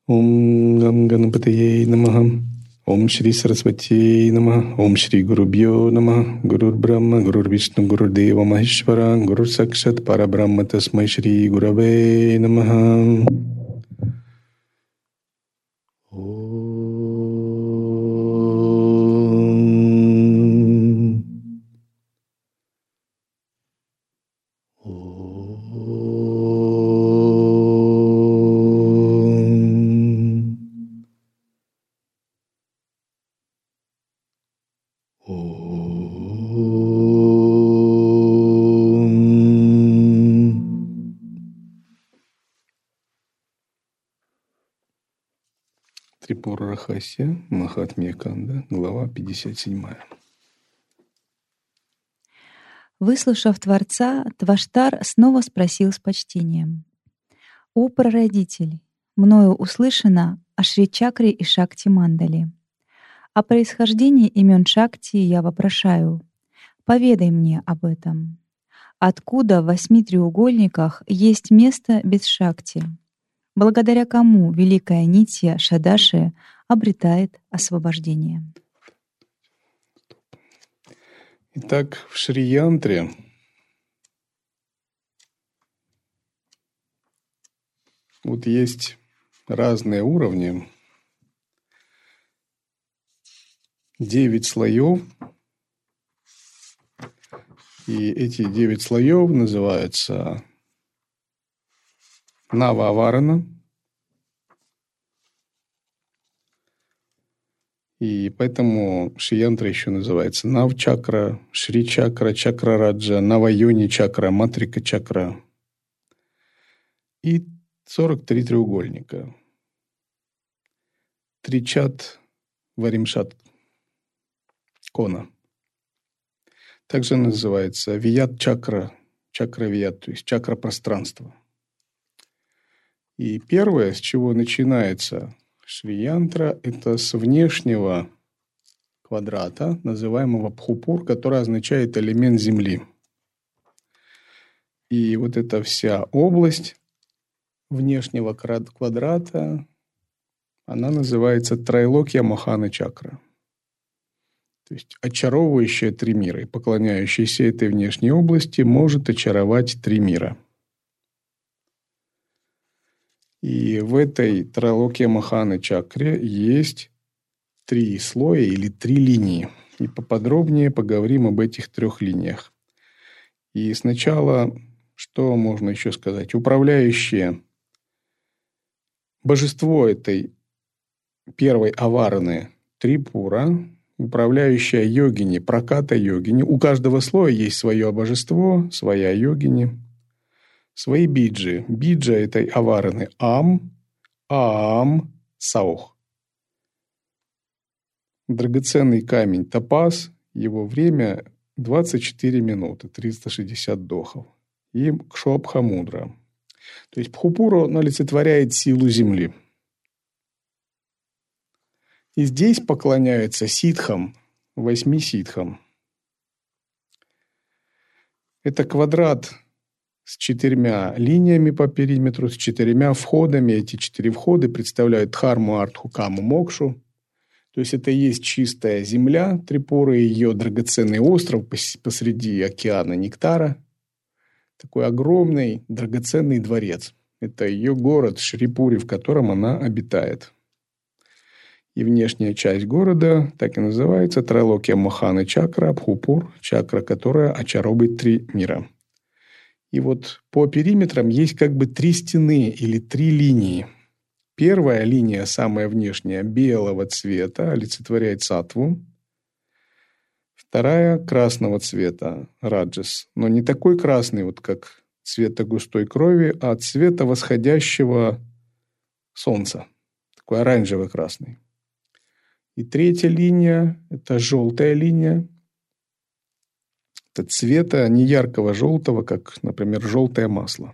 Ом Гам Ганапатае Намаха. Ом Шри Сарасвати Намаха. Ом Шри Гурубьё Намаха. Гурур Брахма, Гурур Вишну, Гурур Дева Махешвара, Гурур Сакшат Парабрахма Тасмай Шри Гураве Намаха. Трипура Рахасия, Махатмья Канда, глава 57. Выслушав Творца, Тваштар снова спросил с почтением: «О прародитель, мною услышано о Шри-чакре и Шакти-мандале. О происхождении имен Шакти я вопрошаю. Поведай мне об этом. Откуда в 8 треугольниках есть место без Шакти? Благодаря кому великая Нитья Шадаши обретает освобождение?» Итак, в Шри-янтре вот есть разные уровни, 9 слоев, и эти 9 слоев называются Нава-аварана, и поэтому Шри-янтра еще называется Нав-чакра, Шри-чакра, Чакра-раджа, Нава-йони-чакра, Матрика-чакра и 43 треугольника. Тричат Варимшат Кона. Также называется Вият-чакра, чакра-вият, то есть чакра пространства. И первое, с чего начинается Шри-янтра, это с внешнего квадрата, называемого Бхупур, который означает элемент Земли. И вот эта вся область внешнего квадрата, она называется Трайлокья Махана чакра. То есть очаровывающая 3 мира. И поклоняющийся этой внешней области может очаровать 3 мира. И в этой Трайлокья Махана чакре есть 3 слоя или 3 линии. И поподробнее поговорим об этих 3 линиях. И сначала, что можно еще сказать? Управляющее божество этой первой авараны Трипура, управляющая йогини, праката йогини. У каждого слоя есть свое божество, своя йогини, свои биджи. Биджа этой авараны Ам, Аам, Саух. Драгоценный камень топаз, его время 24 минуты, 360 дохов. И Кшопха-мудра. То есть Бхупура олицетворяет силу Земли. И здесь поклоняются ситхам, 8 ситхам. Это квадрат с 4 линиями по периметру, с 4 входами. Эти 4 входа представляют дхарму, артху, каму, мокшу. То есть это и есть чистая земля Трипуры, ее драгоценный остров посреди океана Нектара. Такой огромный драгоценный дворец. Это ее город Шрипури, в котором она обитает. И внешняя часть города так и называется Трайлокья Махана чакра, Бхупур, чакра, которая очаровывает 3 мира. И вот по периметрам есть как бы 3 стены или 3 линии. Первая линия, самая внешняя, белого цвета, олицетворяет саттву. Вторая красного цвета, раджас. Но не такой красный, вот как цвета густой крови, а цвета восходящего солнца. Такой оранжево-красный. И третья линия – это желтая линия. Это цвета не яркого желтого, как, например, желтое масло.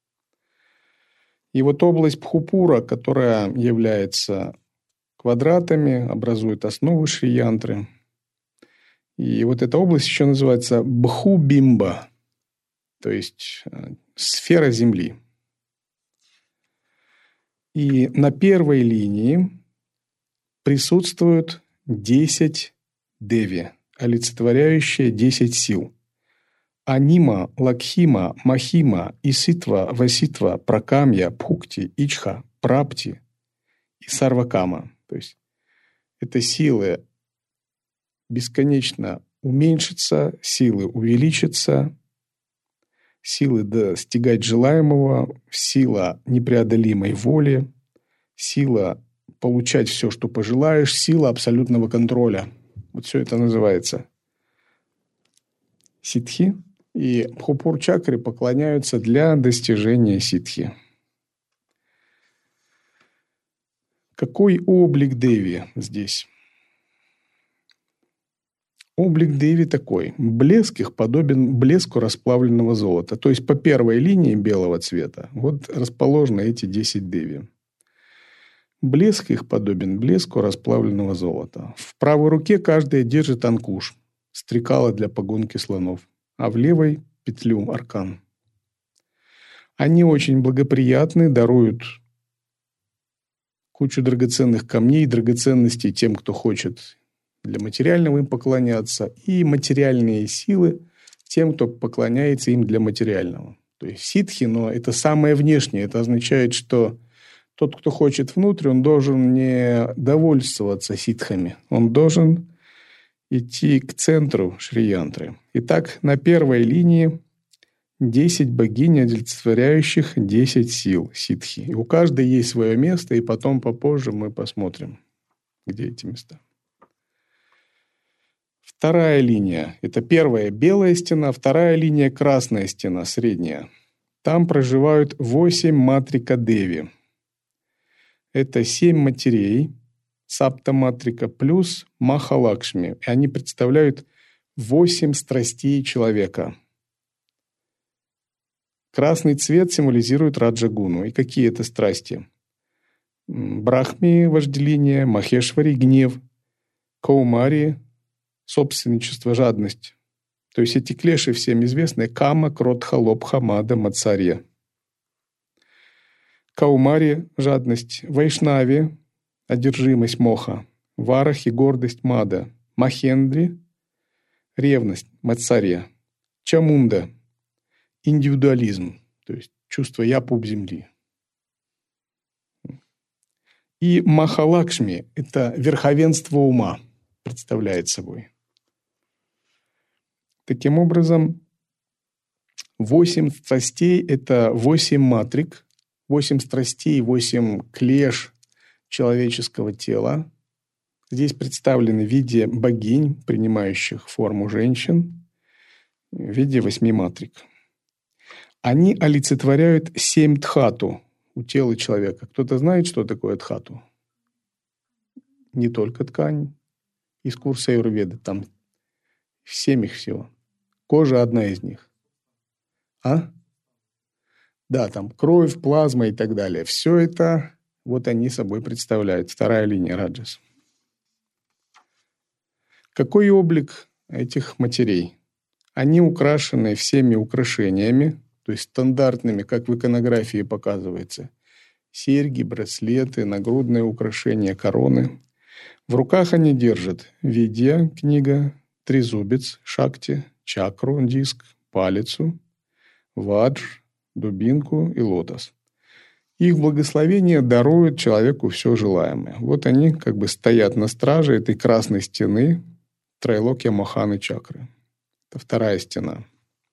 И вот область Бхупура, которая является квадратами, образует основу Шри-янтры. И вот эта область еще называется Бху-бимба, то есть сфера Земли. И на первой линии присутствуют 10 деви, олицетворяющие 10 сил. Анима, Лакхима, Махима, Иситва, Васитва, Пракамья, Пхукти, Ичха, Прапти и Сарвакама. То есть это силы бесконечно уменьшиться, силы увеличиться, силы достигать желаемого, сила непреодолимой воли, сила получать все, что пожелаешь, сила абсолютного контроля. Вот все это называется ситхи. И Бхупур-чакре поклоняются для достижения ситхи. Какой облик Деви здесь? Облик Деви такой. Блеск их подобен блеску расплавленного золота. То есть по первой линии белого цвета вот расположены эти 10 Деви. Блеск их подобен блеску расплавленного золота. В правой руке каждая держит анкуш, стрекало для погонки слонов, а в левой – петлю аркан. Они очень благоприятны, даруют кучу драгоценных камней, драгоценностей тем, кто хочет для материального им поклоняться, и материальные силы тем, кто поклоняется им для материального. То есть ситхи, но это самое внешнее. Это означает, что тот, кто хочет внутрь, он должен не довольствоваться ситхами. Он должен идти к центру Шри-янтры. Итак, на первой линии 10 богинь, олицетворяющих 10 сил ситхи. И у каждой есть свое место, и потом попозже мы посмотрим, где эти места. Вторая линия – это первая белая стена, вторая линия – красная стена, средняя. Там проживают 8 матрика Деви. Это 7 матерей, саптаматрика плюс Махалакшми. И они представляют 8 страстей человека. Красный цвет символизирует Раджагуну. И какие это страсти? Брахми – вожделение, Махешвари – гнев, Каумари – собственничество, жадность. То есть эти клеши всем известны: Кама, Кротха, Лобха, Мада, Мацарья. Каумари – жадность, Вайшнави – одержимость, Моха, Варахи – гордость, Мада, Махендри – ревность, Мацарья, Чамунда – индивидуализм, то есть чувство «я» пуп земли. И Махалакшми – это верховенство ума, представляет собой. Таким образом, 8 страстей – это 8 матрик, 8 страстей, 8 клеш человеческого тела. Здесь представлены в виде богинь, принимающих форму женщин, в виде 8 матрик. Они олицетворяют 7 дхату у тела человека. Кто-то знает, что такое дхату? Не только ткань. Из курса аюрведы, там 7 их всего. Кожа одна из них. Да, там кровь, плазма и так далее. Все это вот они собой представляют. Вторая линия раджас. Какой облик этих матерей? Они украшены всеми украшениями, то есть стандартными, как в иконографии показывается. Серьги, браслеты, нагрудные украшения, короны. В руках они держат видья, книга, трезубец, шакти, чакру, диск, палицу, вадж, дубинку и лотос. Их благословение дарует человеку все желаемое. Вот они как бы стоят на страже этой красной стены Трайлокья Маханы чакры. Это вторая стена.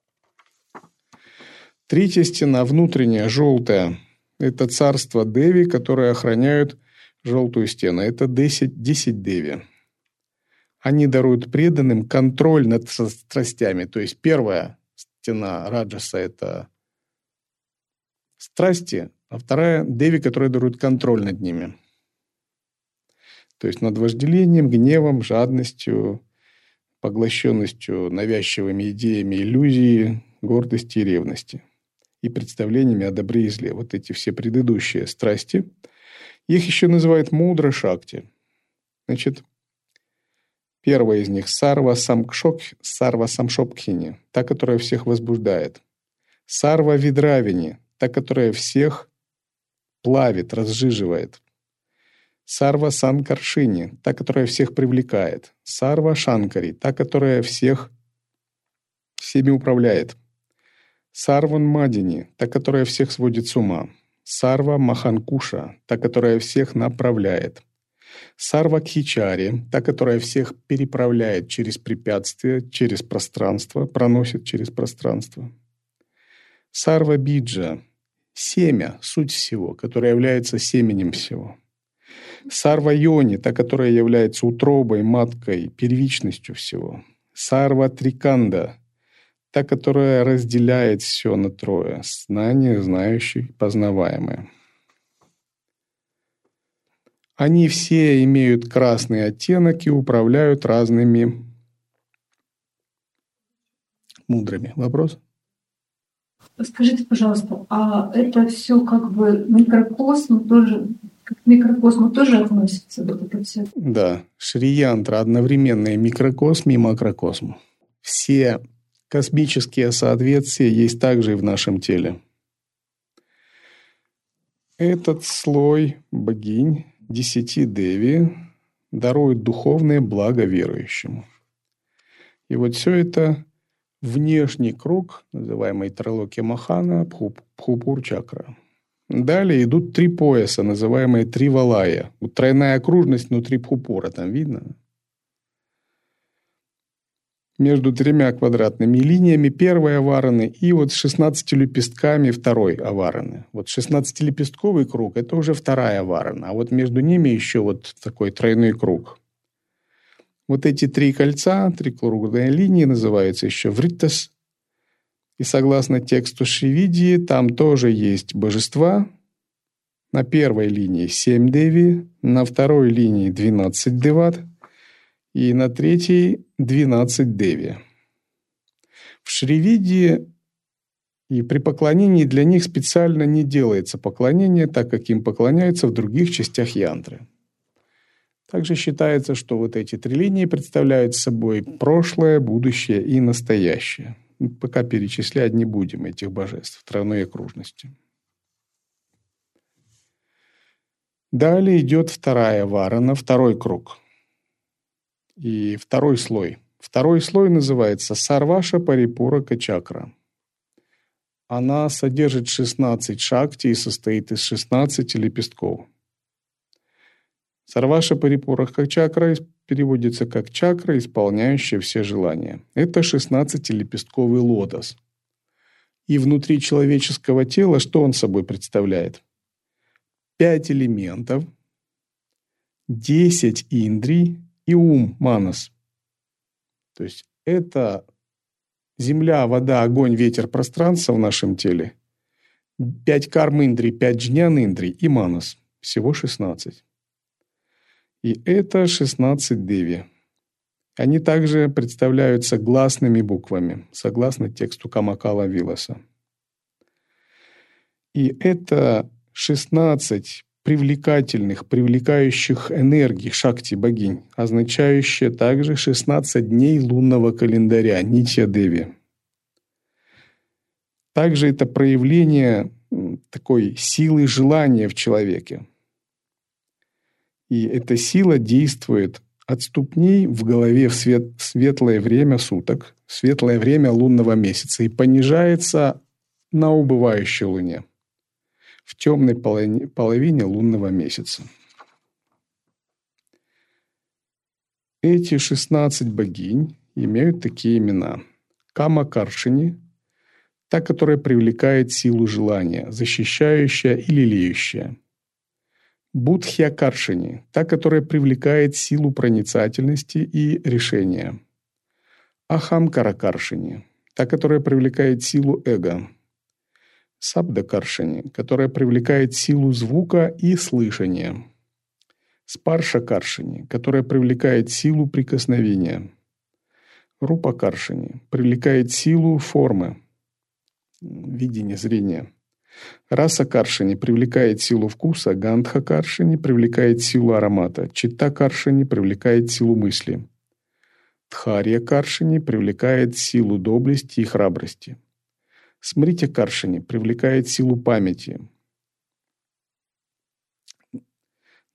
Третья стена, внутренняя, желтая, это царство Деви, которые охраняют желтую стену. Это 10 Деви. Они даруют преданным контроль над страстями. То есть первая стена раджаса – это страсти, а вторая – Деви, которая дарует контроль над ними. То есть над вожделением, гневом, жадностью, поглощенностью навязчивыми идеями, иллюзии, гордости и ревности. И представлениями о добре и зле. Вот эти все предыдущие страсти. Их еще называют мудра шакти. Значит, первая из них – сарва самшопхини, та, которая всех возбуждает. Сарва видравини, та, которая всех плавит, разжиживает. Сарва Санкаршини, та, которая всех привлекает. Сарва Шанкари, та, которая всеми управляет. Сарван Мадини, та, которая всех сводит с ума. Сарва Маханкуша, та, которая всех направляет. Сарва Кхичари, та, которая всех переправляет через препятствия, через пространство, проносит через пространство. Сарва Биджа, семя, суть всего, которое является семенем всего. Сарва Йони, та, которая является утробой, маткой, первичностью всего. Сарва Триканда, та, которая разделяет все на трое: знание, знающий, познаваемое. Они все имеют красный оттенок и управляют разными мудрами. Вопрос? Скажите, пожалуйста, а это все как бы микрокосм тоже, к микрокосму тоже относится? Вот это все? Да, Шри-янтра одновременно и микрокосм, и макрокосм. Все космические соответствия есть также и в нашем теле. Этот слой богинь 10 Деви дарует духовное благо верующему. И вот все это внешний круг, называемый Трилокия Махана, Пхупур-чакра. Далее идут 3 пояса, называемые Тривалая. Вот тройная окружность внутри Пхупура, там видно? Между 3 квадратными линиями первой авараны и вот с 16 лепестками второй авараны. Вот 16-лепестковый круг – это уже вторая аварана, а вот между ними еще вот такой тройной круг. Вот эти 3 кольца, 3 круглые линии называются еще вриттас. И согласно тексту Шривидии, там тоже есть божества. На первой линии 7 деви, на второй линии 12 деват и на третьей 12 деви. В Шривидии и при поклонении для них специально не делается поклонение, так как им поклоняются в других частях янтры. Также считается, что вот эти 3 линии представляют собой прошлое, будущее и настоящее. Пока перечислять не будем этих божеств в тройной окружности. Далее идет вторая варана, второй круг. И второй слой. Второй слой называется Сарваша Парипурака чакра. Она содержит 16 шакти и состоит из 16 лепестков. Сарваша Парипурака чакра переводится как чакра, исполняющая все желания. Это 16-лепестковый лотос. И внутри человеческого тела что он собой представляет? 5 элементов, 10 индрий и ум, манас. То есть это земля, вода, огонь, ветер, пространство в нашем теле. 5 карм индрий, 5 джнян индрий и манас. Всего 16. И это 16 деви. Они также представляются гласными буквами, согласно тексту Камакала Виласа. И это 16 привлекающих энергий шакти богинь, означающие также 16 дней лунного календаря, Нитья Деви. Также это проявление такой силы желания в человеке. И эта сила действует от ступней в голове в светлое время суток, в светлое время лунного месяца и понижается на убывающей луне, в темной половине лунного месяца. Эти 16 богинь имеют такие имена. Кама-каршини, та, которая привлекает силу желания, защищающая и лелеющая. Будхья-каршини, та, которая привлекает силу проницательности и решения. Ахамкара-каршини, та, которая привлекает силу эго. Сабда-каршини, которая привлекает силу звука и слышания. Спарша-каршини, которая привлекает силу прикосновения. Рупа-каршини привлекает силу формы, видения, зрения. Раса-каршини привлекает силу вкуса, гандха-каршини привлекает силу аромата, читта-каршини привлекает силу мысли. Дхарья-каршини привлекает силу доблести и храбрости. Смритя-каршини привлекает силу памяти.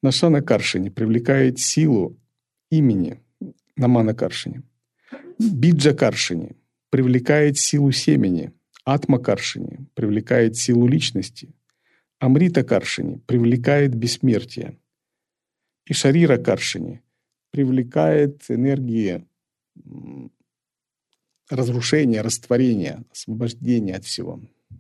Нашана Каршини привлекает силу имени Намана Каршини. Биджа Каршини привлекает силу семени. Атма Каршини привлекает силу личности. Амрита Каршини привлекает бессмертие. И Шарира Каршини привлекает энергии разрушения, растворения, освобождения от всего.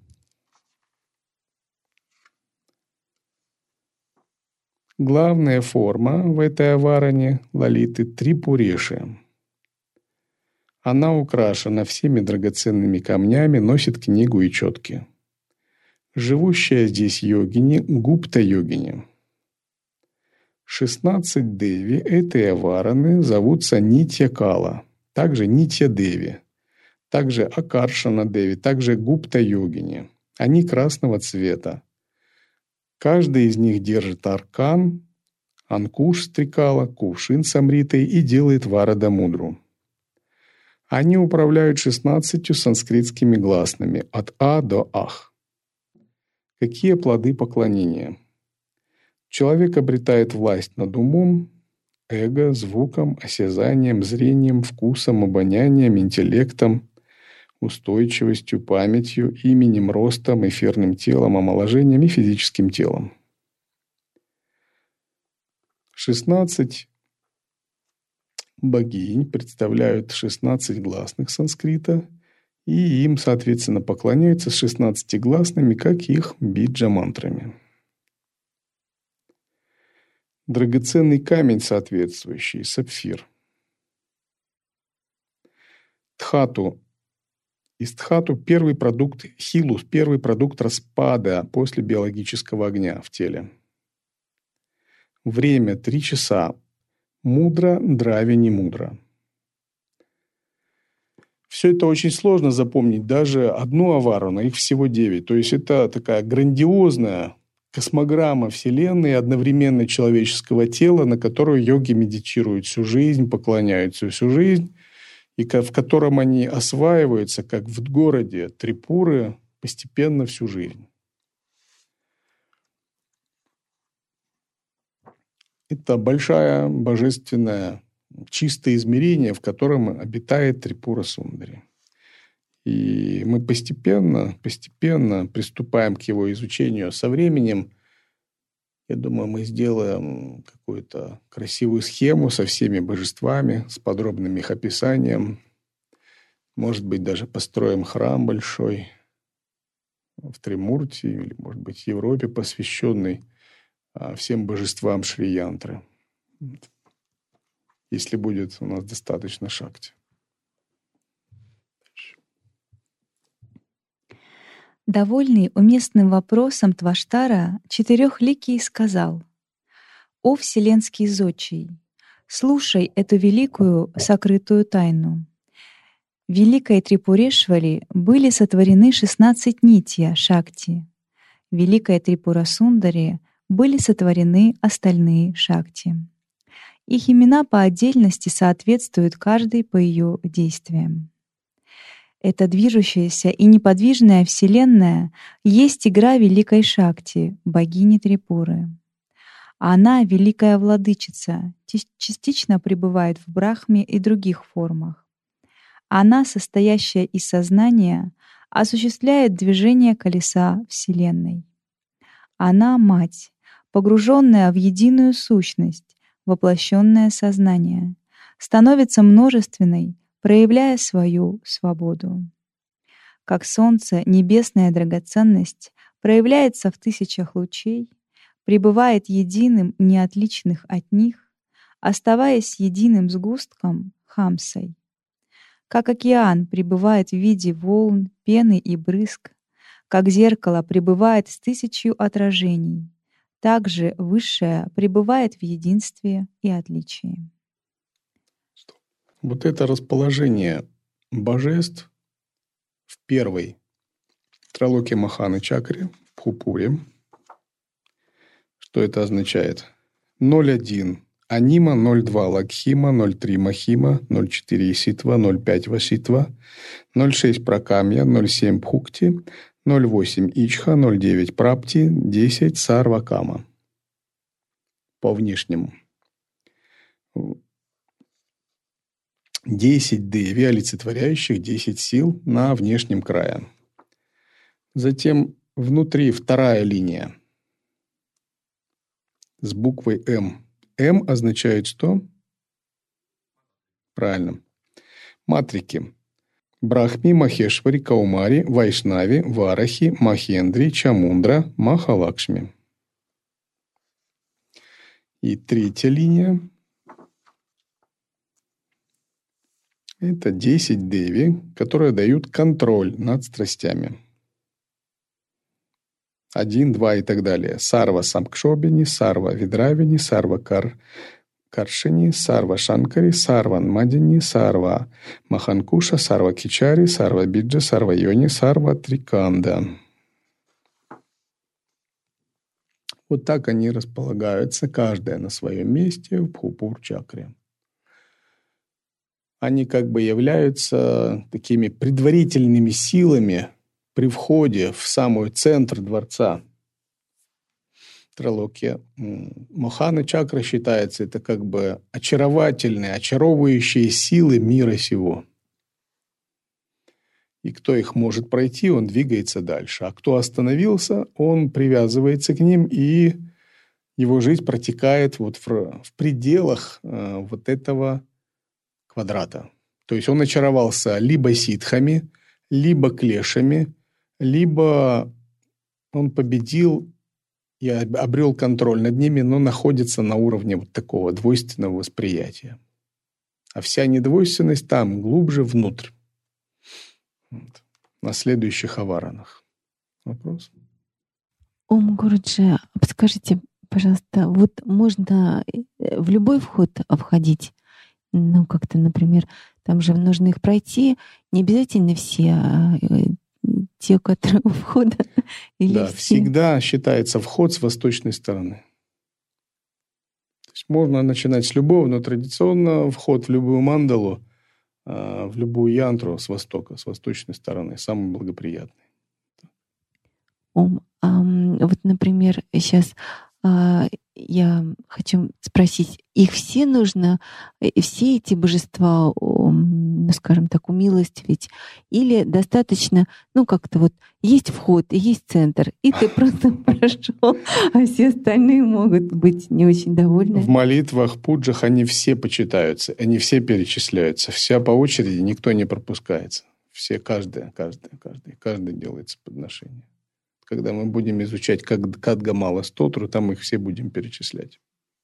Главная форма в этой аваране Лалиты Трипуреши. Она украшена всеми драгоценными камнями, носит книгу и четки. Живущая здесь йогини – Гупта-йогини. 16 деви этой авараны зовутся Нитья-кала, также Нитья-деви, также Акаршана-деви, также Гупта-йогини. Они красного цвета. Каждый из них держит аркан, анкуш стрекала, кувшин с амритой и делает варада мудру. Они управляют 16 санскритскими гласными от А до Ах. Какие плоды поклонения? Человек обретает власть над умом, эго, звуком, осязанием, зрением, вкусом, обонянием, интеллектом, устойчивостью, памятью, именем, ростом, эфирным телом, омоложением и физическим телом. 16 богинь представляют 16 гласных санскрита, и им, соответственно, поклоняются с 16 гласными, как их биджа-мантрами. Драгоценный камень соответствующий – сапфир. Тхату. Из тхату первый продукт хилус, первый продукт распада после биологического огня в теле. Время 3 часа. Мудра, драви, не мудра. Все это очень сложно запомнить, даже одну аварану, их всего 9. То есть это такая грандиозная космограмма Вселенной и одновременно человеческого тела, на которую йоги медитируют всю жизнь, поклоняются всю жизнь, и в котором они осваиваются, как в городе Трипуры, постепенно всю жизнь. Это большое божественное чистое измерение, в котором обитает Трипура Сундари. И мы постепенно приступаем к его изучению. Со временем, я думаю, мы сделаем какую-то красивую схему со всеми божествами, с подробным их описанием. Может быть, даже построим храм большой в Тримурти или, может быть, в Европе, посвященный всем божествам Шри-янтры, если будет у нас достаточно шакти. Довольный уместным вопросом Тваштара, Четырехликий сказал: «О вселенский зодчий, слушай эту великую сокрытую тайну. В великой Трипурешвари были сотворены 16 нитья шакти. В великой Трипура-Сундари были сотворены остальные шакти. Их имена по отдельности соответствуют каждой по ее действиям. Эта движущаяся и неподвижная Вселенная есть игра великой Шакти, богини Трипуры. Она, великая владычица, частично пребывает в Брахме и других формах. Она, состоящая из сознания, осуществляет движение колеса Вселенной. Она — Мать, погруженная в единую сущность, воплощенное сознание, становится множественной, проявляя свою свободу. Как солнце, небесная драгоценность проявляется в тысячах лучей, пребывает единым, неотличных от них, оставаясь единым сгустком хамсой. Как океан пребывает в виде волн, пены и брызг, как зеркало пребывает с тысячью отражений, так же Высшее пребывает в единстве и отличии. Вот это расположение божеств в первой тралоке Маханы чакре, в Пхупуре. Что это означает? 0,1 Анима, 0,2 Лакхима, 0,3 Махима, 0,4 Иситва, 0,5 Васитва, 0,6 Пракамья, 0,7 Бхукти, 0,8 Ичха, 0,9 Прапти, 10 Сарвакама. по внешнему. 10 деви, олицетворяющих 10 сил на внешнем крае. Затем внутри вторая линия с буквой М. М означает что? Правильно. Матрики. Брахми, Махешвари, Каумари, Вайшнави, Варахи, Махендри, Чамундра, Махалакшми. И третья линия – это 10 деви, которые дают контроль над страстями. 1, 2 и так далее. Сарва Самкшобини, Сарва Видравини, Сарва Каршини, Сарва Шанкари, Сарва Мадини, Сарва Маханкуша, Сарва Кичари, Сарва Биджа, Сарва Йони, Сарва Триканда. Вот так они располагаются, каждая на своем месте в Бхупур-чакре. Они как бы являются такими предварительными силами при входе в самый центр дворца. Трилокия. Мохана чакра считается, это как бы очаровательные, очаровывающие силы мира сего. И кто их может пройти, он двигается дальше. А кто остановился, он привязывается к ним, и его жизнь протекает вот в пределах вот этого квадрата. То есть он очаровался либо ситхами, либо клешами, либо он победил и обрел контроль над ними, но находится на уровне вот такого двойственного восприятия. А вся недвойственность там, глубже внутрь. Вот. На следующих аваранах. Вопрос? Ом Гуруджи, подскажите, пожалуйста, вот можно в любой вход входить? Ну, как-то, например, там же нужно их пройти, не обязательно все, те, которые у входа. Или да, все? всегда считается вход с восточной стороны. То есть можно начинать с любого, но традиционно вход в любую мандалу, в любую янтру с востока, с восточной стороны, самый благоприятный. Вот, например, сейчас я хочу спросить, их все нужно, все эти божества, ну, скажем так, умилостивить? Или достаточно, ну, как-то вот есть вход и есть центр, и ты просто прошел, а все остальные могут быть не очень довольны? В молитвах, пуджах они все почитаются, они все перечисляются, вся по очереди, никто не пропускается. Все, каждый делается подношение. Когда мы будем изучать Кадгамала Стотру, там их все будем перечислять.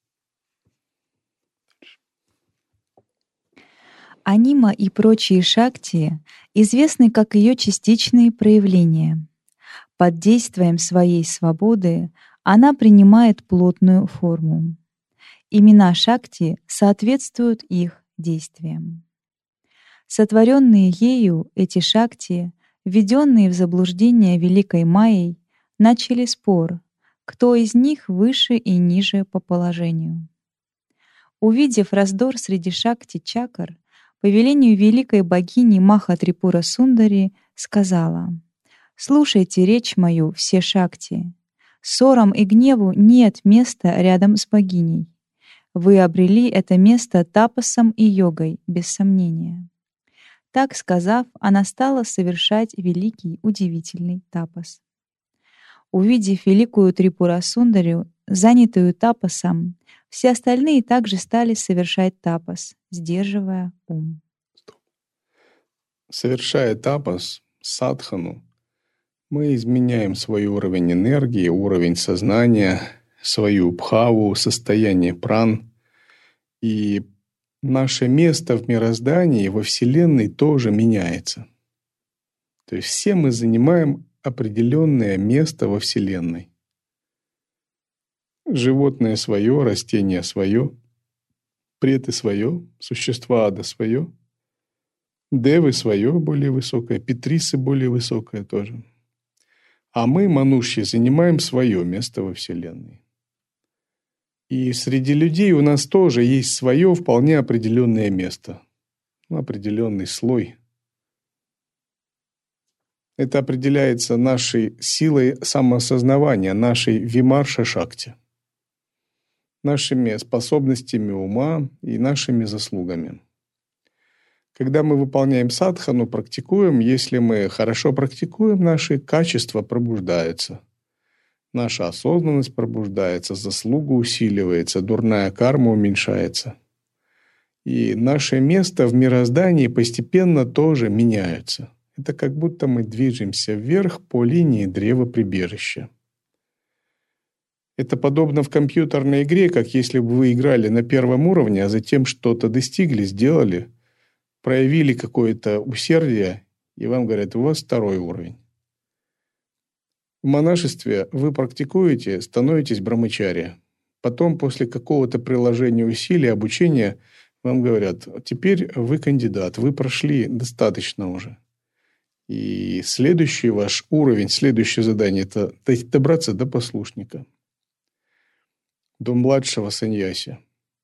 Анима и прочие шакти известны как ее частичные проявления. Под действием своей свободы она принимает плотную форму. Имена шакти соответствуют их действиям. Сотворенные ею эти шакти, введенные в заблуждение Великой Майей, начали спор, кто из них выше и ниже по положению. Увидев раздор среди шакти-чакр, по велению великой богини Маха Трипура Сундари сказала: «Слушайте речь мою, все шакти. Ссорам и гневу нет места рядом с богиней. Вы обрели это место тапасом и йогой, без сомнения». Так сказав, она стала совершать великий, удивительный тапас. Увидев великую Трипура Сундарю, занятую тапасом, все остальные также стали совершать тапас, сдерживая ум. Совершая тапас, садхану, мы изменяем свой уровень энергии, уровень сознания, свою бхаву, состояние пран. И наше место в мироздании, во Вселенной тоже меняется. То есть все мы занимаем определенное место во Вселенной. Животное свое, растение свое, преты свое, существа ада свое, девы свое более высокое, петрисы более высокое тоже. А мы, манушьи, занимаем свое место во Вселенной. И среди людей у нас тоже есть свое вполне определенное место, определенный слой. Это определяется нашей силой самоосознавания, нашей вимарша-шакти. нашими способностями ума и нашими заслугами. Когда мы выполняем садхану, практикуем, если мы хорошо практикуем, наши качества пробуждаются. Наша осознанность пробуждается, заслуга усиливается, дурная карма уменьшается. И наше место в мироздании постепенно тоже меняется. Это как будто мы движемся вверх по линии древа прибежища. Это подобно в компьютерной игре, как если бы вы играли на первом уровне, а затем что-то достигли, сделали, проявили какое-то усердие, и вам говорят, у вас второй уровень. В монашестве вы практикуете, становитесь брамачари. Потом, после какого-то приложения усилий, обучения, вам говорят, теперь вы кандидат, вы прошли достаточно уже. И следующий ваш уровень, следующее задание – это добраться до послушника, до младшего саньяси.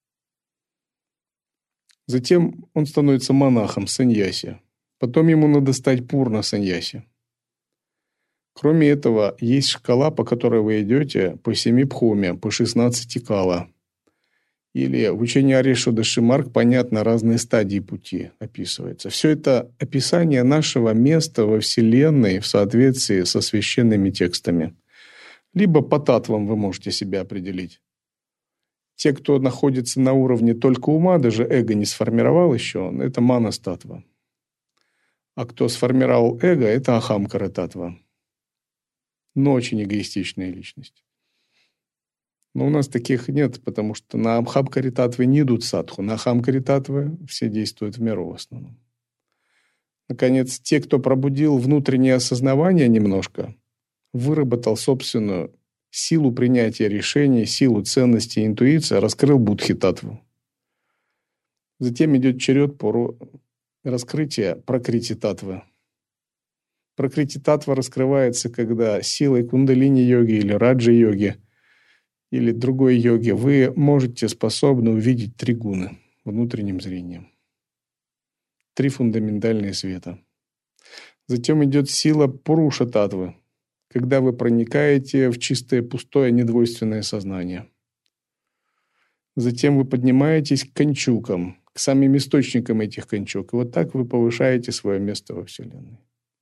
Затем он становится монахом саньяси. Потом ему надо стать пурна саньяси. Кроме этого, есть шкала, по которой вы идете по 7 бхуме, по 16 кала. Или в учении Арешуда Шимарк, понятно, разные стадии пути описываются. Все это описание нашего места во Вселенной в соответствии со священными текстами. Либо по татвам вы можете себя определить. Те, кто находится на уровне только ума, даже эго не сформировал еще, это манас-татва. А кто сформировал эго, это ахамкара-татва. Но очень эгоистичная личность. Но у нас таких нет, потому что на ахамкаре-татве не идут садху, на ахамкаре-татве все действуют в миру в основном. Наконец, те, кто пробудил внутреннее осознавание немножко, выработал собственную силу принятия решений, силу ценности и интуиции, раскрыл будхи-татву. Затем идет черед по раскрытию пракрити-татвы. Пракрити-татва раскрывается, когда силой кундалини-йоги или раджа-йоги или другой йоги вы способны увидеть 3 гуны внутренним зрением. 3 фундаментальные света. Затем идет сила пуруша-татвы, когда вы проникаете в чистое, пустое, недвойственное сознание. Затем вы поднимаетесь к кончукам, к самим источникам этих кончук. И вот так вы повышаете свое место во Вселенной.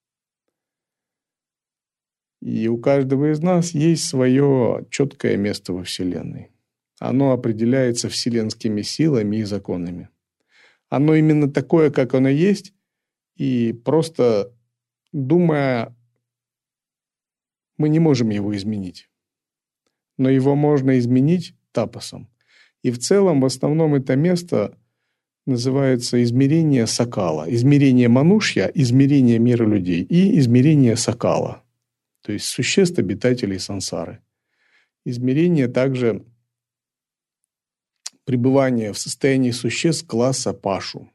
И у каждого из нас есть свое четкое место во Вселенной. Оно определяется вселенскими силами и законами. Оно именно такое, как оно есть, и просто думая, мы не можем его изменить. Но его можно изменить тапасом. И в целом, в основном, это место называется измерение сакала. Измерение манушья, измерение мира людей и измерение сакала. То есть существ, обитателей сансары. Измерение также пребывания в состоянии существ класса пашу.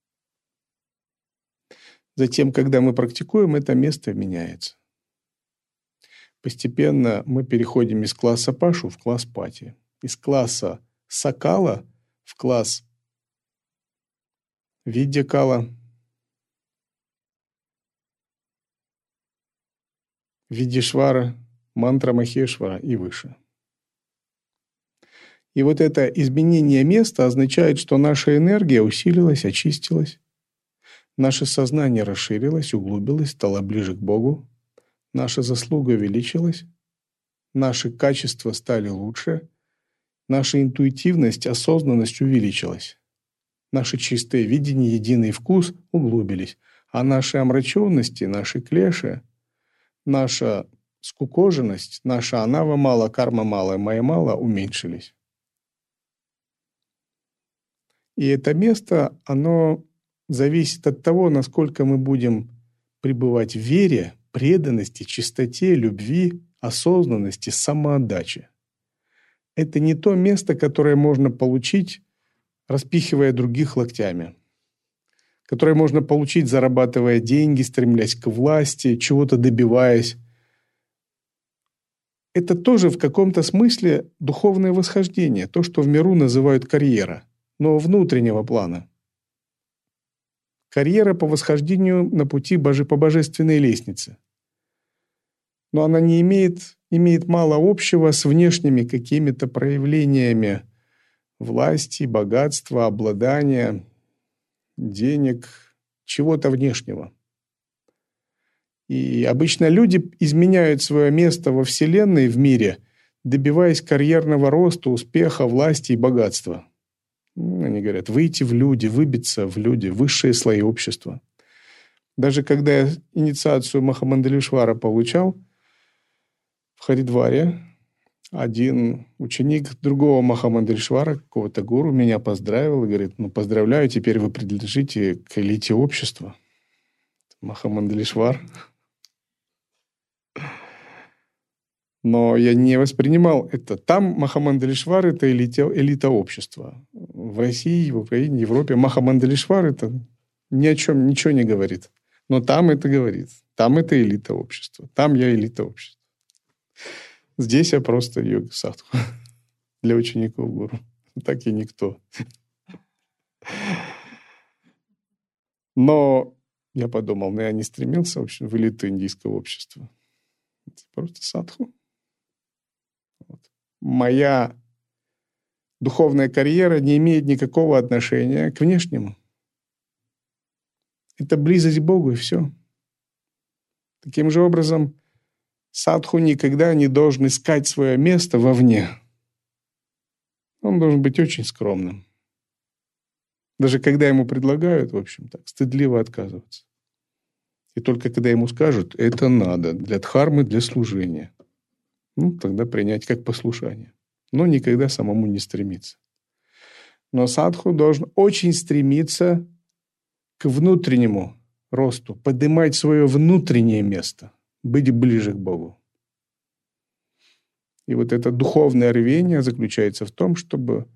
Затем, когда мы практикуем, это место меняется. Постепенно мы переходим из класса пашу в класс пати. Из класса сакала в класс видьякала, видишвара, мантра махешвара и выше. И вот это изменение места означает, что наша энергия усилилась, очистилась, наше сознание расширилось, углубилось, стало ближе к Богу, наша заслуга увеличилась, наши качества стали лучше, наша интуитивность, осознанность увеличилась, наше чистое видение, единый вкус углубились, а наши омраченности, наши клеши, наша скукоженность, наша анава мало, карма мало, майя мало уменьшились. И это место, оно зависит от того, насколько мы будем пребывать в вере, преданности, чистоте, любви, осознанности, самоотдаче. Это не то место, которое можно получить, распихивая других локтями, которое можно получить, зарабатывая деньги, стремлясь к власти, чего-то добиваясь. Это тоже в каком-то смысле духовное восхождение, то, что в миру называют карьера, но внутреннего плана. Карьера по восхождению на пути по божественной лестнице. Но она не имеет мало общего с внешними какими-то проявлениями власти, богатства, обладания, денег, чего-то внешнего. И обычно люди изменяют свое место во Вселенной, в мире, добиваясь карьерного роста, успеха, власти и богатства. Они говорят, выйти в люди, выбиться в люди, высшие слои общества. Даже когда я инициацию Махамандалишвара получал в Харидваре, один ученик другого Махамандалишвара, какого-то гуру, меня поздравил и говорит, поздравляю, теперь вы принадлежите к элите общества. Махамандалишвар. Но я не воспринимал это. Там Махамандалишвар – это элита общества. В России, в Украине, в Европе Махамандалишвар – это ни о чем, ничего не говорит. Но там это говорит. Там это элита общества. Там я элита общества. Здесь я просто йога-садху для учеников гуру. Так и никто. Но я подумал, я не стремился в общем, в элиту индийского общества. Это просто садху. Моя духовная карьера не имеет никакого отношения к внешнему. Это близость к Богу, и все. Таким же образом, садху никогда не должен искать свое место вовне. Он должен быть очень скромным. Даже когда ему предлагают, в общем, так, стыдливо отказываться. И только когда ему скажут, это надо для дхармы, для служения. Тогда принять как послушание. Но никогда самому не стремиться. Но садху должен очень стремиться к внутреннему росту, поднимать свое внутреннее место, быть ближе к Богу. И вот это духовное рвение заключается в том, чтобы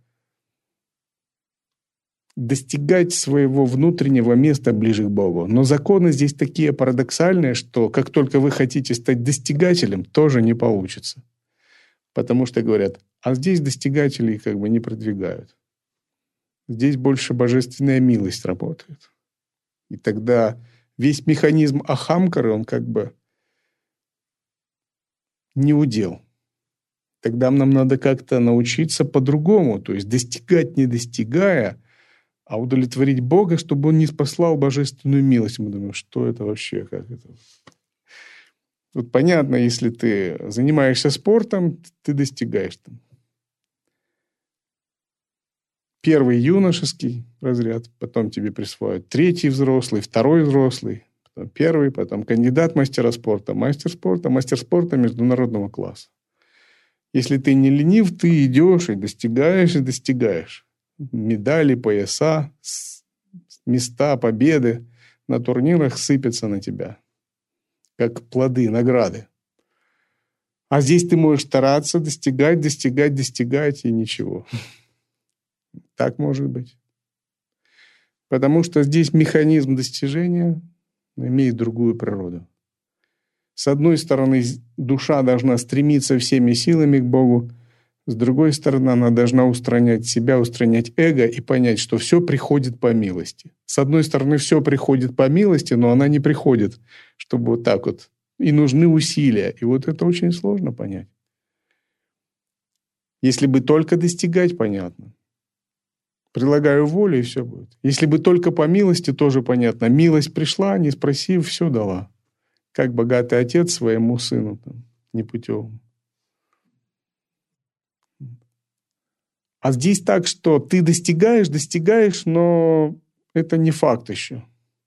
достигать своего внутреннего места ближе к Богу. Но законы здесь такие парадоксальные, что как только вы хотите стать достигателем, тоже не получится. Потому что говорят, а здесь достигателей как бы не продвигают. Здесь больше божественная милость работает. И тогда весь механизм ахамкары, он как бы не удел. Тогда нам надо как-то научиться по-другому, то есть достигать не достигая, а удовлетворить Бога, чтобы Он не спаслал божественную милость. Мы думаем, что это вообще, как это? Вот понятно, если ты занимаешься спортом, ты достигаешь там. Первый юношеский разряд, потом тебе присвоят третий взрослый, второй взрослый, потом первый, потом кандидат мастер спорта мастер спорта международного класса. Если ты не ленив, ты идешь и достигаешь. Медали, пояса, места, победы на турнирах сыпятся на тебя, как плоды, награды. А здесь ты можешь стараться достигать, и ничего. Так может быть. Потому что здесь механизм достижения имеет другую природу. С одной стороны, душа должна стремиться всеми силами к Богу, с другой стороны, она должна устранять себя, устранять эго и понять, что все приходит по милости. С одной стороны, все приходит по милости, но она не приходит, чтобы вот так вот. И нужны усилия. И вот это очень сложно понять. Если бы только достигать, понятно. Прилагаю волю, и все будет. Если бы только по милости, тоже понятно. Милость пришла, не спросив, все дала. Как богатый отец своему сыну непутевому. А здесь так, что ты достигаешь, но это не факт еще.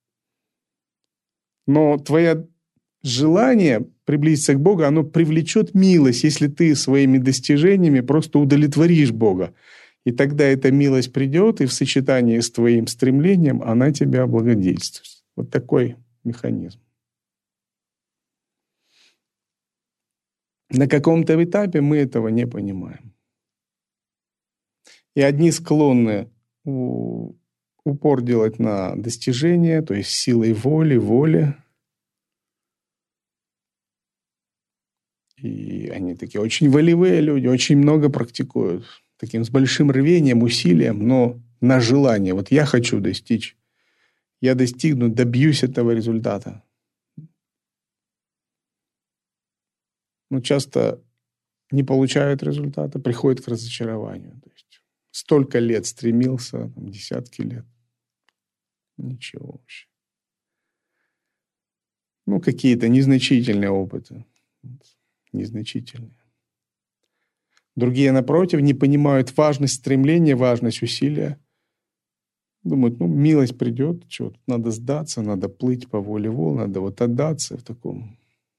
Но твое желание приблизиться к Богу, оно привлечет милость, если ты своими достижениями просто удовлетворишь Бога. И тогда эта милость придет, и в сочетании с твоим стремлением она тебя облагодетельствует. Вот такой механизм. На каком-то этапе мы этого не понимаем. И одни склонны упор делать на достижение, то есть силой воли. И они такие очень волевые люди, очень много практикуют. Таким с большим рвением, усилием, но на желание. Вот я хочу достичь. Я достигну, добьюсь этого результата. Но часто не получают результата, приходят к разочарованию. То есть столько лет стремился, десятки лет. Ничего вообще. Какие-то незначительные опыты. Незначительные. Другие, напротив, не понимают важность стремления, важность усилия. Думают, милость придет, что надо сдаться, надо плыть по воле волн, надо отдаться в таком.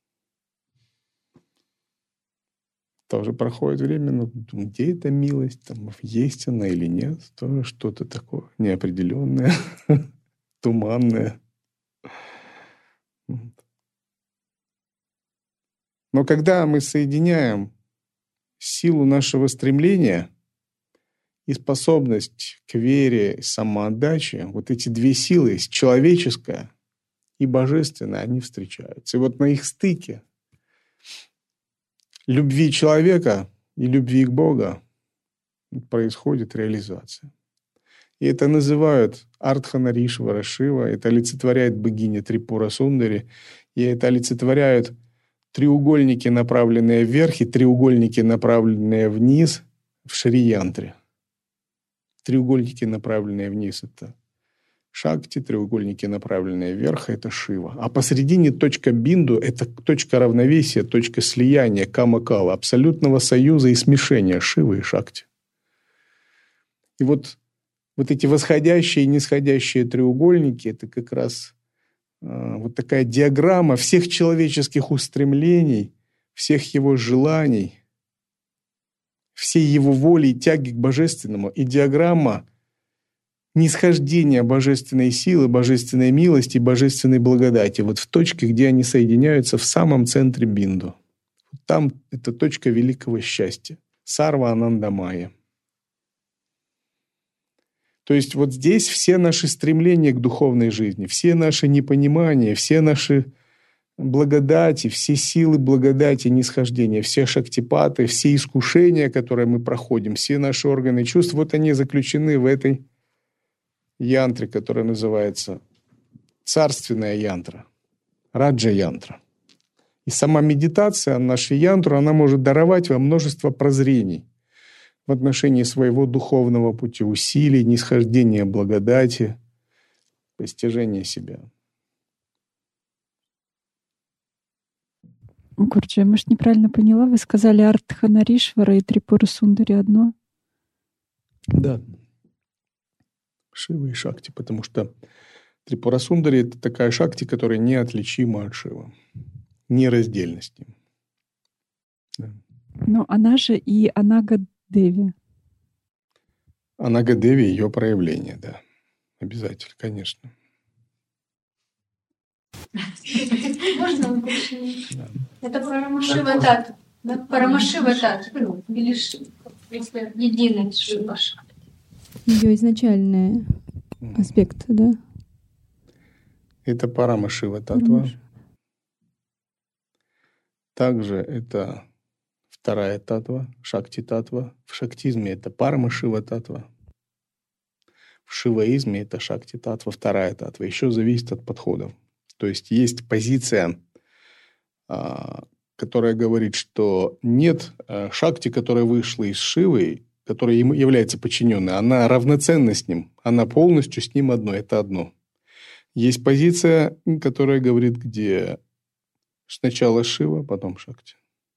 Тоже проходит время, где эта милость, есть она или нет, тоже что-то такое неопределенное, туманное. Но когда мы соединяем силу нашего стремления и способность к вере и самоотдаче, вот эти две силы, человеческая и божественная, они встречаются. И вот на их стыке любви человека и любви к Богу происходит реализация. И это называют Ардханаришвара Шива, это олицетворяет богиня Трипура Сундари, и это олицетворяют треугольники, направленные вверх, и треугольники, направленные вниз в Шри-янтре. Треугольники, направленные вниз, это Шакти, треугольники, направленные вверх, это Шива. А посередине точка Бинду – это точка равновесия, точка слияния, Кама-Кала, абсолютного союза и смешения Шивы и Шакти. И вот эти восходящие и нисходящие треугольники – это как раз вот такая диаграмма всех человеческих устремлений, всех его желаний, всей его воли и тяги к божественному, и диаграмма нисхождения божественной силы, божественной милости, божественной благодати, вот в точке, где они соединяются в самом центре Бинду. Там это точка великого счастья, Сарва Анандамая. То есть вот здесь все наши стремления к духовной жизни, все наши непонимания, все наши благодати, все силы благодати, нисхождения, все шактипаты, все искушения, которые мы проходим, все наши органы чувств, вот они заключены в этой янтре, которая называется царственная янтра, раджа-янтра. И сама медитация, наша янтра, она может даровать вам множество прозрений в отношении своего духовного пути, усилий, нисхождения благодати, постижения себя. Гурджи, я, может, неправильно поняла? Вы сказали Ардханаришвара и Трипура Сундари одно? Да. Шива и Шакти, потому что Трипура Сундари – это такая Шакти, которая неотличима от Шивы, нераздельна с ним. Да. Но она же и Анага-деви. Анага-деви – ее проявление, да. Обязательно, конечно. Можно уточнить? Да. Это Парамашива Татва. Да? Парамашива Татва. Или единый Шива Шакти. Ее изначальный аспект, да? Это Парамашива Татва. Также это вторая татва, Шакти Татва. В шактизме это Парамашива Татва. В шиваизме это Шакти Татва, вторая татва. Еще зависит от подходов. То есть есть позиция, которая говорит, что нет Шакти, которая вышла из Шивы, которая ему является подчиненной, она равноценна с ним, она полностью с ним одно, это одно. Есть позиция, которая говорит, где сначала Шива, потом Шакти.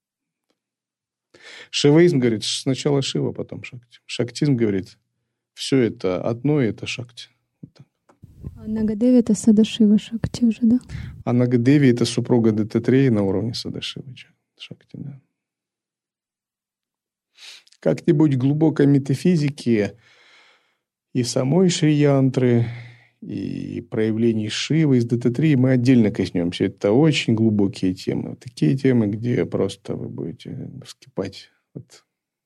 Шиваизм говорит, сначала Шива, потом Шакти. Шактизм говорит, все это одно, и это Шакти. Вот а Нагадеви — это Садашива Шакти уже, да? А Нагадеви — это супруга Даттатрея на уровне Садашивы Шакти, да. Как-нибудь в глубокой метафизике и самой Шри-янтры, и проявлений Шивы из Даттатреи мы отдельно коснемся. Это очень глубокие темы. Такие темы, где просто вы будете вскипать от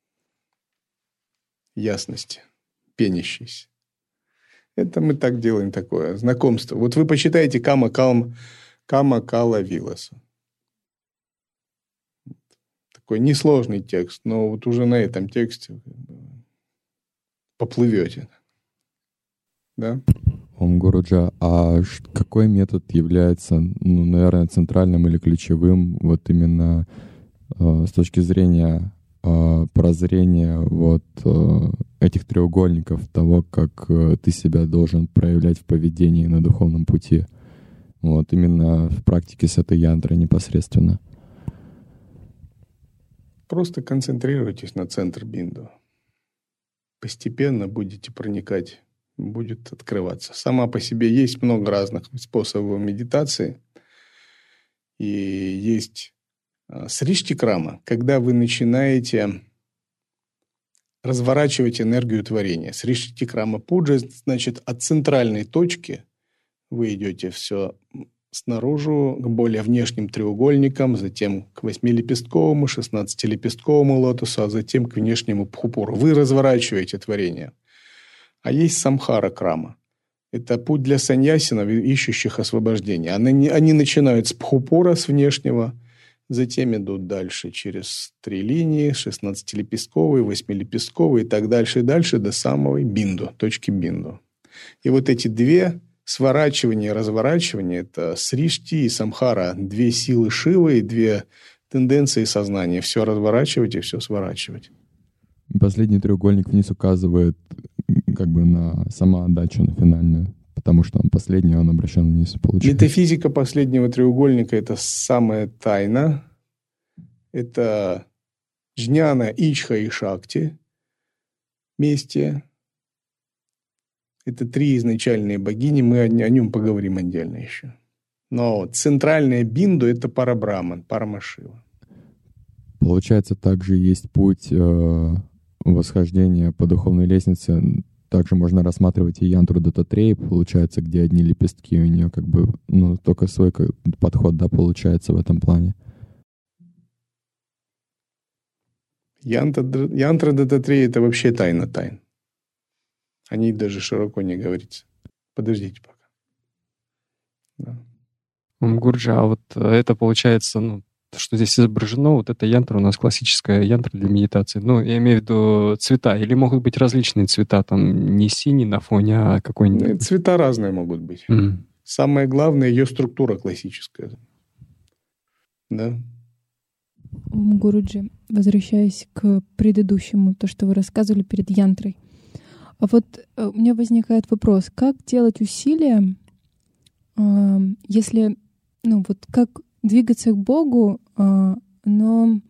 ясности, пенящейся. Это мы так делаем такое знакомство. Вот вы почитайте Кама Кала Виласа. Такой несложный текст, но вот уже на этом тексте поплывете. Да? Гуруджа, а какой метод является, наверное, центральным или ключевым вот именно с точки зрения прозрение вот этих треугольников, того, как ты себя должен проявлять в поведении на духовном пути. Вот именно в практике с этой янтрой непосредственно. Просто концентрируйтесь на центр бинду. Постепенно будете проникать, будет открываться. Сама по себе есть много разных способов медитации. И есть сриштикрама, когда вы начинаете разворачивать энергию творения. Сриштикрама пуджа, значит, от центральной точки вы идете все снаружи к более внешним треугольникам, затем к 8-лепестковому, 16-лепестковому лотосу, а затем к внешнему пхупуру. Вы разворачиваете творение. А есть самхара-крама. Это путь для саньясинов, ищущих освобождения. Они начинают с пхупура, с внешнего, затем идут дальше через 3 линии, 16-лепестковый, 8-лепестковый и так дальше и дальше до самой бинду, точки бинду. И вот эти две сворачивания и разворачивания – это сришти и самхара, две силы Шивы и две тенденции сознания. Все разворачивать и все сворачивать. Последний треугольник вниз указывает как бы на самоотдачу, на финальную, потому что он последний, он обращен вниз. Получается. Метафизика последнего треугольника – это самая тайна. Это джняна, ичха и шакти вместе. Это 3 изначальные богини, мы о нем поговорим отдельно еще. Но центральная бинду – это парабраман, парамашива. Получается, также есть путь восхождения по духовной лестнице. Также можно рассматривать и янтру Дататреи, получается, где одни лепестки у нее как бы, только свой подход, да, получается в этом плане. Янтра Дататреи – это вообще тайна тайн. О ней даже широко не говорится. Подождите пока. Да. Гурджа, а вот это получается, что здесь изображено, вот эта янтра у нас классическая янтра для медитации. Я имею в виду цвета. Или могут быть различные цвета, там не синий на фоне, а какой-нибудь... Цвета разные могут быть. Самое главное, ее структура классическая. Да. Гуруджи, возвращаясь к предыдущему, то, что вы рассказывали перед янтрой. А вот у меня возникает вопрос, как делать усилия, если, как двигаться к Богу, но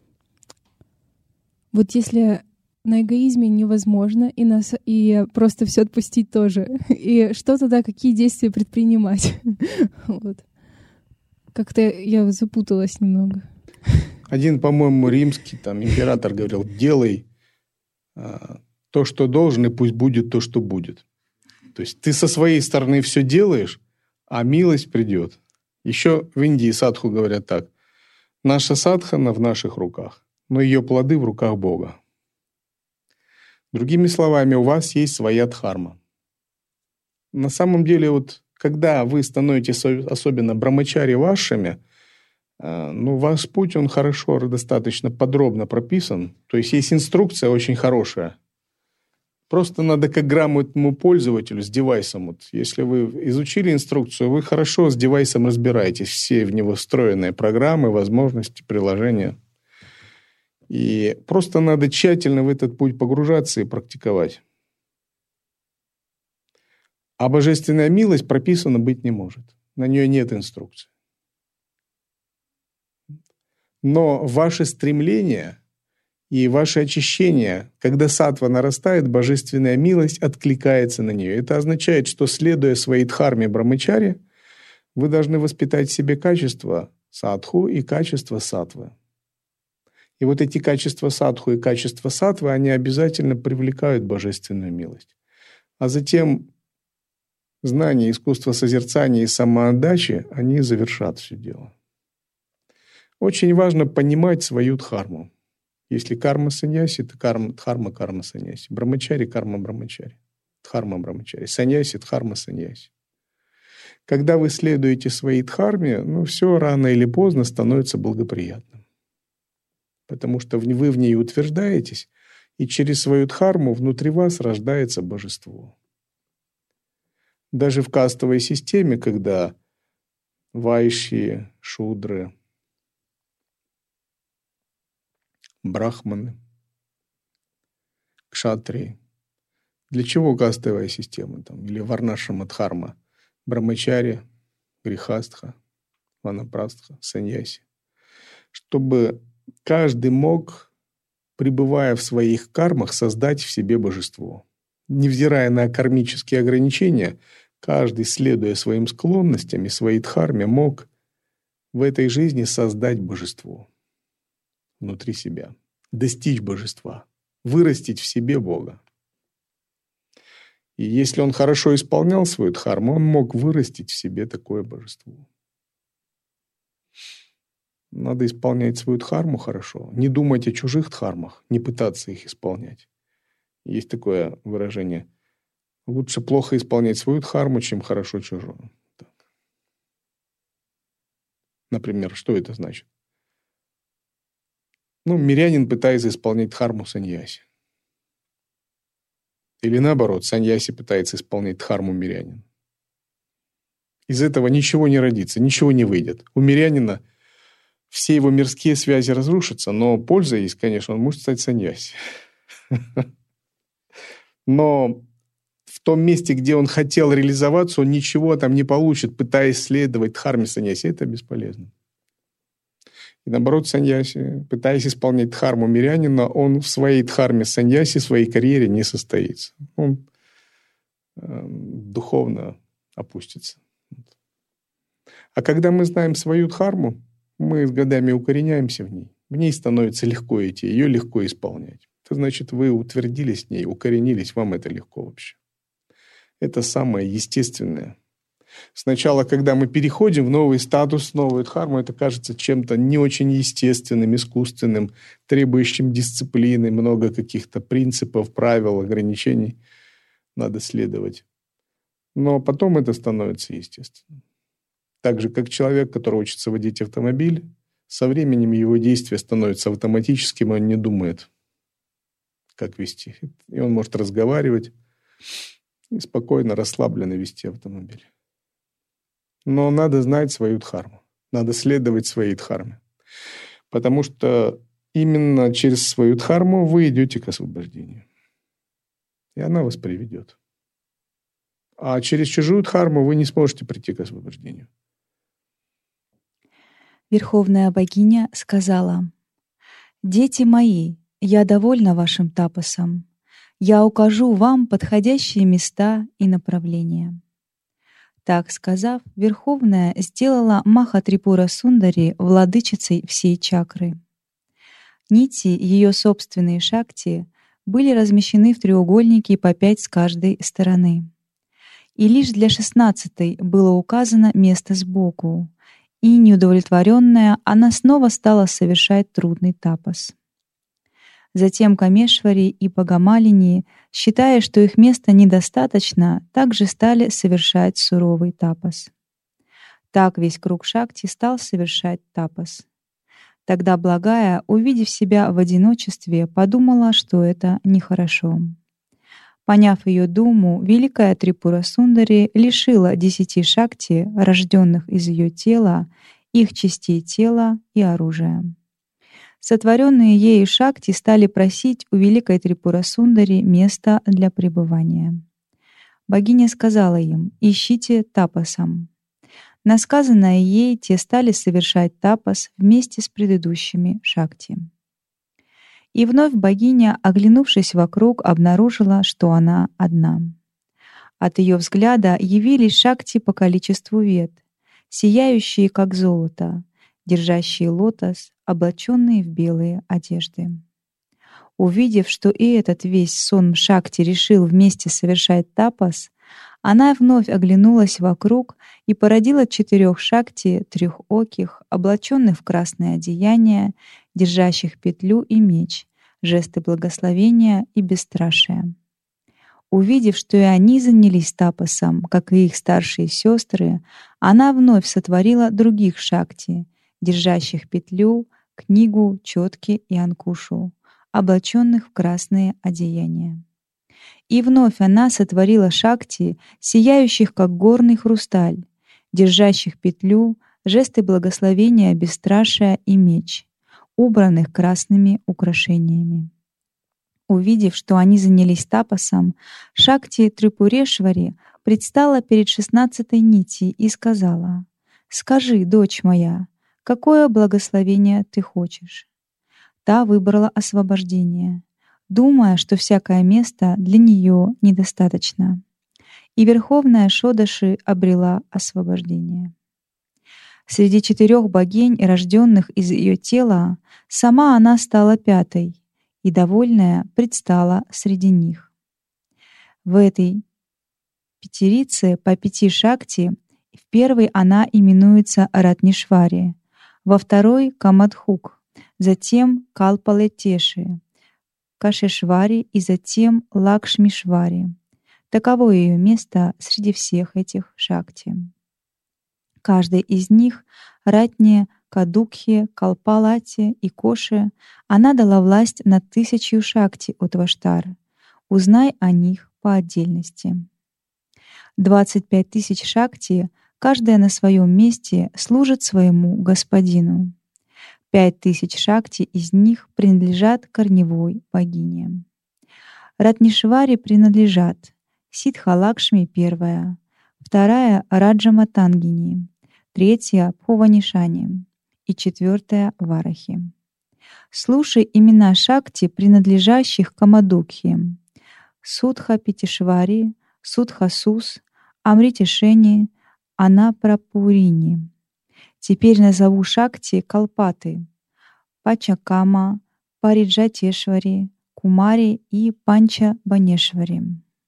вот если на эгоизме невозможно, и просто все отпустить тоже, и что тогда, какие действия предпринимать? Вот. Как-то я запуталась немного. Один, по-моему, римский император говорил, делай то, что должен, и пусть будет то, что будет. То есть ты со своей стороны все делаешь, а милость придет. Еще в Индии садху говорят так. Наша садхана в наших руках, но ее плоды в руках Бога. Другими словами, у вас есть своя дхарма. На самом деле, когда вы становитесь особенно брамачари вашими, ваш путь, он хорошо, достаточно подробно прописан. То есть инструкция очень хорошая. Просто надо как грамотному пользователю с девайсом. Если вы изучили инструкцию, вы хорошо с девайсом разбираетесь. Все в него встроенные программы, возможности, приложения. И просто надо тщательно в этот путь погружаться и практиковать. А божественная милость прописана быть не может. На нее нет инструкции. Но ваше стремление и ваше очищение, когда саттва нарастает, божественная милость откликается на нее. Это означает, что, следуя своей дхарме брамачари, вы должны воспитать в себе качество садху и качество саттвы. И вот эти качества садху и качества саттвы, они обязательно привлекают божественную милость. А затем знание, искусство созерцания и самоотдачи, они завершат все дело. Очень важно понимать свою дхарму. Если карма саньяси, то дхарма карма саньяси. Брамачари карма брамачари. Дхарма брамачари. Саньяси дхарма саньяси. Когда вы следуете своей дхарме, все рано или поздно становится благоприятным. Потому что вы в ней утверждаетесь, и через свою дхарму внутри вас рождается божество. Даже в кастовой системе, когда вайши, шудры, брахманы, кшатрии. Для чего кастовая система? Там, или варнашрама дхарма? Брамачари, грихастха, ванапрастха, саньяси. Чтобы каждый мог, пребывая в своих кармах, создать в себе божество. Невзирая на кармические ограничения, каждый, следуя своим склонностям и своей дхарме, мог в этой жизни создать божество внутри себя, достичь божества, вырастить в себе Бога. И если он хорошо исполнял свою дхарму, он мог вырастить в себе такое божество. Надо исполнять свою дхарму хорошо, не думать о чужих дхармах, не пытаться их исполнять. Есть такое выражение: лучше плохо исполнять свою дхарму, чем хорошо чужую. Так. Например, что это значит? Мирянин пытается исполнять дхарму саньяси. Или наоборот, саньяси пытается исполнять дхарму мирянина. Из этого ничего не родится, ничего не выйдет. У мирянина все его мирские связи разрушатся, но польза есть, конечно, он может стать саньяси. Но в том месте, где он хотел реализоваться, он ничего там не получит, пытаясь следовать дхарме саньяси. Это бесполезно. И наоборот, саньяси, пытаясь исполнять дхарму мирянина, он в своей дхарме саньяси, в своей карьере не состоится. Он духовно опустится. А когда мы знаем свою дхарму, мы с годами укореняемся в ней. В ней становится легко идти, ее легко исполнять. Это значит, вы утвердились в ней, укоренились, вам это легко вообще. Это самое естественное. Сначала, когда мы переходим в новый статус, в новую дхарму, это кажется чем-то не очень естественным, искусственным, требующим дисциплины, много каких-то принципов, правил, ограничений надо следовать. Но потом это становится естественным. Так же, как человек, который учится водить автомобиль, со временем его действия становятся автоматическим, и он не думает, как вести. И он может разговаривать и спокойно, расслабленно вести автомобиль. Но надо знать свою дхарму. Надо следовать своей дхарме. Потому что именно через свою дхарму вы идете к освобождению. И она вас приведет. А через чужую дхарму вы не сможете прийти к освобождению. Верховная богиня сказала: «Дети мои, я довольна вашим тапасом. Я укажу вам подходящие места и направления». Так сказав, Верховная сделала Маха Трипура Сундари владычицей всей чакры. Нити ее собственной шакти были размещены в треугольнике по 5 с каждой стороны. И лишь для 16-й было указано место сбоку, и, неудовлетворенная, она снова стала совершать трудный тапас. Затем Камешвари и Бхагамалини, считая, что их места недостаточно, также стали совершать суровый тапас. Так весь круг шакти стал совершать тапас. Тогда Благая, увидев себя в одиночестве, подумала, что это нехорошо. Поняв ее думу, великая Трипура Сундари лишила 10 шакти, рожденных из ее тела, их частей тела и оружия. Сотворенные ею шакти стали просить у великой Трипура Сундари места для пребывания. Богиня сказала им: «Ищите тапасом». На сказанное ей те стали совершать тапас вместе с предыдущими шакти. И вновь богиня, оглянувшись вокруг, обнаружила, что она одна. От ее взгляда явились шакти по количеству вет, сияющие как золото, держащие лотос, облаченные в белые одежды. Увидев, что и этот весь сон шакти решил вместе совершать тапас, она вновь оглянулась вокруг и породила 4 шакти, трехоких, облаченных в красное одеяние, держащих петлю и меч, жесты благословения и бесстрашия. Увидев, что и они занялись тапасом, как и их старшие сестры, она вновь сотворила других шакти, держащих петлю, книгу, четки и анкушу, облаченных в красные одеяния. И вновь она сотворила шакти, сияющих как горный хрусталь, держащих петлю, жесты благословения, бесстрашия и меч. убранных красными украшениями. Увидев, что они занялись тапасом, Шакти Трипурешвари предстала перед 16-й нити и сказала: «Скажи, дочь моя, какое благословение ты хочешь?» Та выбрала освобождение, думая, что всякое место для нее недостаточно. И Верховная Шодаши обрела освобождение. Среди 4 богинь, рожденных из ее тела, сама она стала 5-й, и довольная предстала среди них. В этой пятерице по 5 шакти в первой она именуется Ратнишвари, во второй — Камадхук, затем Калпалетеши, Кашешвари и затем Лакшмишвари. Таково ее место среди всех этих шакти. Каждой из них — Ратне, Кадукхе, Калпалате и Коше — она дала власть над 1000 шакти от Ваштар. Узнай о них по отдельности. 25 000 шакти, каждая на своем месте, служит своему господину. 5000 шакти из них принадлежат корневой богине. Ратнишвари принадлежат Сиддха-Лакшми первая, вторая — Раджа-Матангини, третья — Бхуванишани и 4 — Варахи. Слушай имена шакти, принадлежащих Камадукхе: Судха-Питишвари, Судха-Сус, Амритишени, Анапрапурини. Теперь назову шакти Калпаты: Пачакама, Париджатешвари, Кумари и Панча-Банешвари.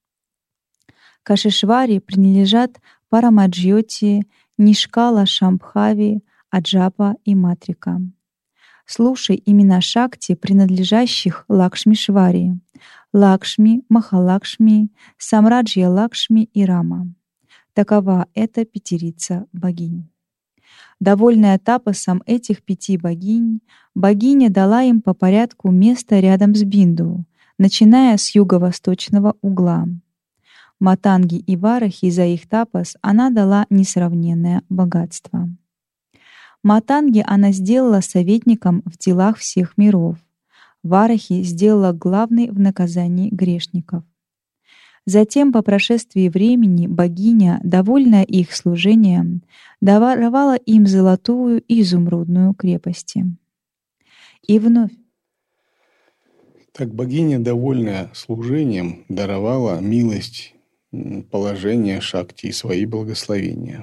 Кашешвари принадлежат Парамаджьоти, Нишкала, Шамбхави, Аджапа и Матрика. Слушай имена шакти, принадлежащих Лакшмишвари: Лакшми, Махалакшми, Самраджья Лакшми и Рама. Такова эта пятерица богинь. Довольная тапасом этих 5 богинь, богиня дала им по порядку место рядом с Бинду, начиная с юго-восточного угла. Матанги и Варахи за их тапас она дала несравненное богатство. Матанги она сделала советником в делах всех миров. Варахи сделала главной в наказании грешников. Затем, по прошествии времени, богиня, довольная их служением, даровала им золотую и изумрудную крепости. И вновь. Так богиня, довольная служением, даровала милость, положение шакти и свои благословения.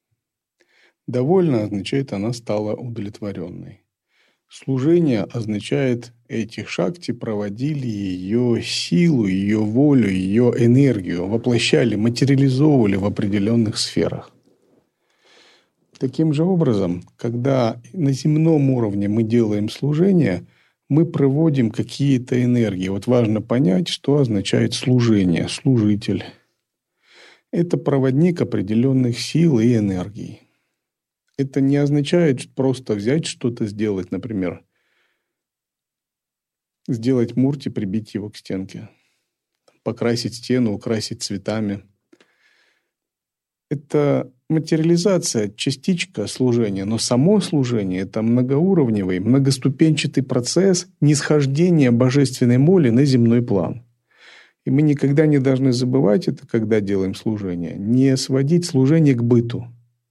Довольна означает, она стала удовлетворенной. Служение означает, эти шакти проводили ее силу, ее волю, ее энергию, воплощали, материализовывали в определенных сферах. Таким же образом, когда на земном уровне мы делаем служение, мы проводим какие-то энергии. Вот важно понять, что означает служение, служитель. Это проводник определенных сил и энергий. Это не означает просто взять что-то сделать, например, сделать мурти, прибить его к стенке, покрасить стену, украсить цветами. Это материализация, частичка служения, но само служение — это многоуровневый, многоступенчатый процесс нисхождения божественной воли на земной план. И мы никогда не должны забывать это, когда делаем служение, не сводить служение к быту.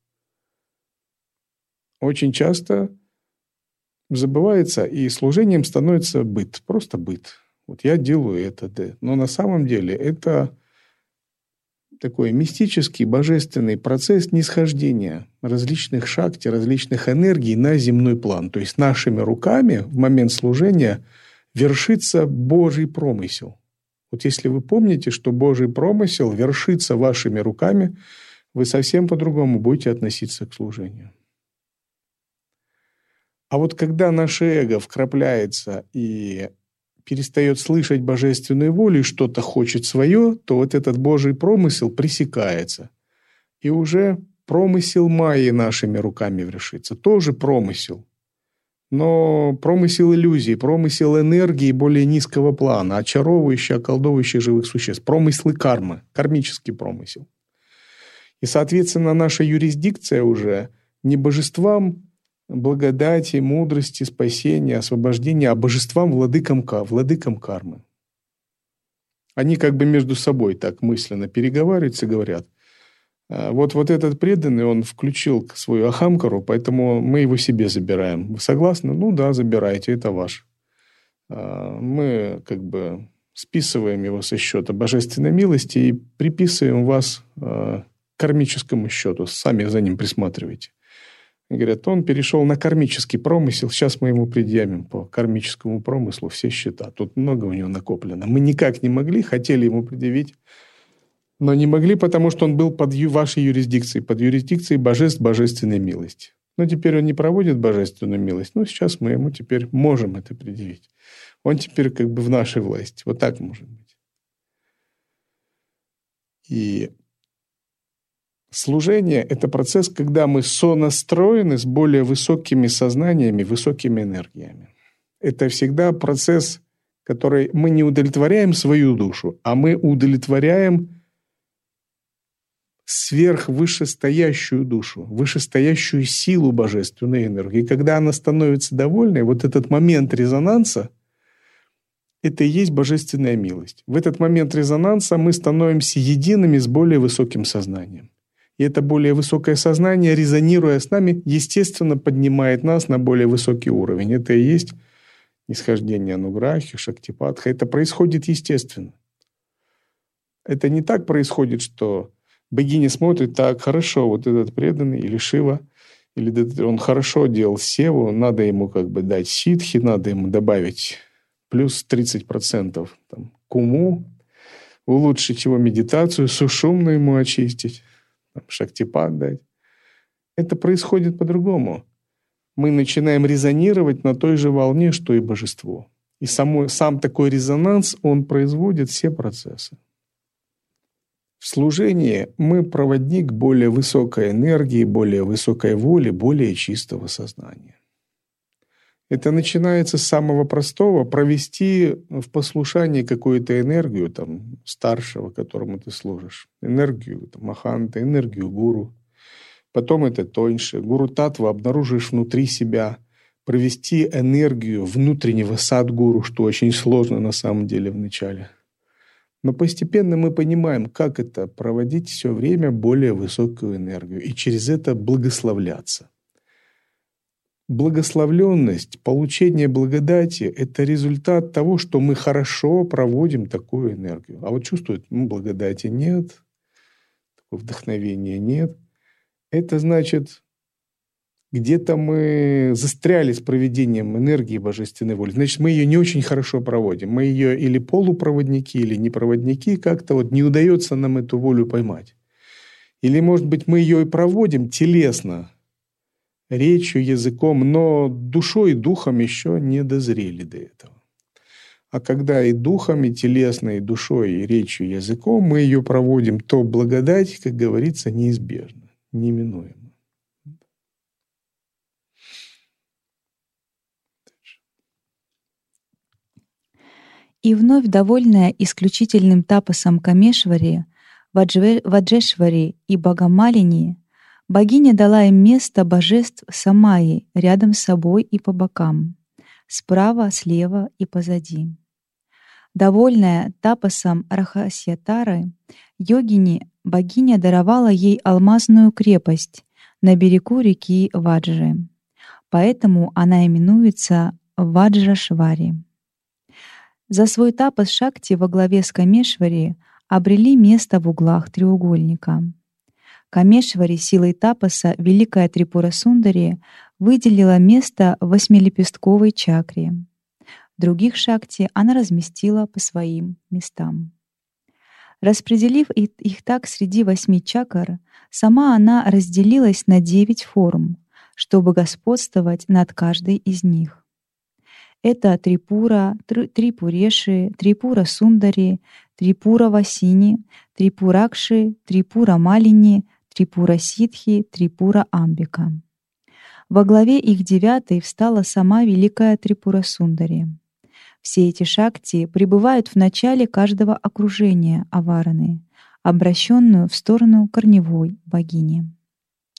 Очень часто забывается, и служением становится быт, просто быт. Вот я делаю это, да. Но на самом деле это такой мистический, божественный процесс нисхождения различных шакти, различных энергий на земной план. То есть нашими руками в момент служения вершится Божий промысел. Вот если вы помните, что Божий промысел вершится вашими руками, вы совсем по-другому будете относиться к служению. А вот когда наше эго вкрапляется и перестает слышать божественную волю и что-то хочет свое, то вот этот Божий промысел пресекается. И уже промысел Майи нашими руками вершится. Тоже промысел. Но промысел иллюзий, промысел энергии более низкого плана, очаровывающий, околдовывающий живых существ. Промыслы кармы, кармический промысел. И, соответственно, наша юрисдикция уже не божествам благодати, мудрости, спасения, освобождения, а божествам, владыкам кармы. Они как бы между собой так мысленно переговариваются и говорят: вот этот преданный, он включил свою ахамкару, поэтому мы его себе забираем. Вы согласны? Ну да, забирайте, это ваш. Мы как бы списываем его со счета божественной милости и приписываем вас кармическому счету. Сами за ним присматривайте. И говорят, он перешел на кармический промысел, сейчас мы ему предъявим по кармическому промыслу все счета. Тут много у него накоплено. Мы никак не могли, хотели ему предъявить, но не могли, потому что он был под вашей юрисдикцией, под юрисдикцией божеств божественной милости. Но теперь он не проводит божественную милость, но сейчас мы ему теперь можем это предъявить. Он теперь как бы в нашей власти. Вот так может быть. И служение – это процесс, когда мы сонастроены с более высокими сознаниями, высокими энергиями. Это всегда процесс, который мы не удовлетворяем свою душу, а мы удовлетворяем сверхвышестоящую душу, вышестоящую силу божественной энергии. И когда она становится довольной, вот этот момент резонанса – это и есть божественная милость. В этот момент резонанса мы становимся едиными с более высоким сознанием. И это более высокое сознание, резонируя с нами, естественно, поднимает нас на более высокий уровень. Это и есть нисхождение ануграхи, шактипатха. Это происходит естественно. Это не так происходит, что богиня смотрит: так, хорошо, вот этот преданный или Шива, или он хорошо делал севу, надо ему как бы дать ситхи, надо ему добавить плюс 30% там, к уму, улучшить его медитацию, сушумно ему очистить, шактипат дать. Это происходит по-другому. Мы начинаем резонировать на той же волне, что и божество. И сам такой резонанс, он производит все процессы. В служении мы проводник более высокой энергии, более высокой воли, более чистого сознания. Это начинается с самого простого – провести в послушании какую-то энергию там, старшего, которому ты служишь. Энергию там, маханта, энергию гуру. Потом это тоньше. Гуру Таттва обнаружишь внутри себя. Провести энергию внутреннего садгуру, что очень сложно на самом деле вначале. Но постепенно мы понимаем, как это проводить все время более высокую энергию. И через это благословляться. Благословленность, получение благодати – это результат того, что мы хорошо проводим такую энергию. А вот чувствуют, благодати нет, вдохновения нет. Это значит, где-то мы застряли с проведением энергии божественной воли. Значит, мы ее не очень хорошо проводим. Мы ее или полупроводники, или непроводники, как-то вот не удается нам эту волю поймать. Или, может быть, мы ее и проводим телесно, речью, языком, но душой и духом еще не дозрели до этого. А когда и духом, и телесно, и душой, и речью, и языком мы ее проводим, то благодать, как говорится, неизбежна, неминуема. И вновь довольная исключительным тапасом Камешвари, Ваджешвари и Бхагамалини, богиня дала им место божеств Самайи рядом с собой и по бокам, справа, слева и позади. Довольная тапасом Рахасьятары, йогини, богиня даровала ей алмазную крепость на берегу реки Ваджры. Поэтому она именуется Ваджрашвари. За свой тапас Шакти во главе с Камешвари обрели место в углах треугольника. Камешвари силой тапаса великая Трипура Сундари выделила место в 8-лепестковой чакре. Других Шакти она разместила по своим местам. Распределив их так среди 8 чакр, сама она разделилась на 9 форм, чтобы господствовать над каждой из них. Это Трипура, Трипуреши, Трипура Сундари, Трипура Васини, Трипуракши, Трипура Малини, Трипура Ситхи, Трипура Амбика. Во главе их 9 встала сама великая Трипура Сундари. Все эти шакти пребывают в начале каждого окружения Авараны, обращенную в сторону корневой богини.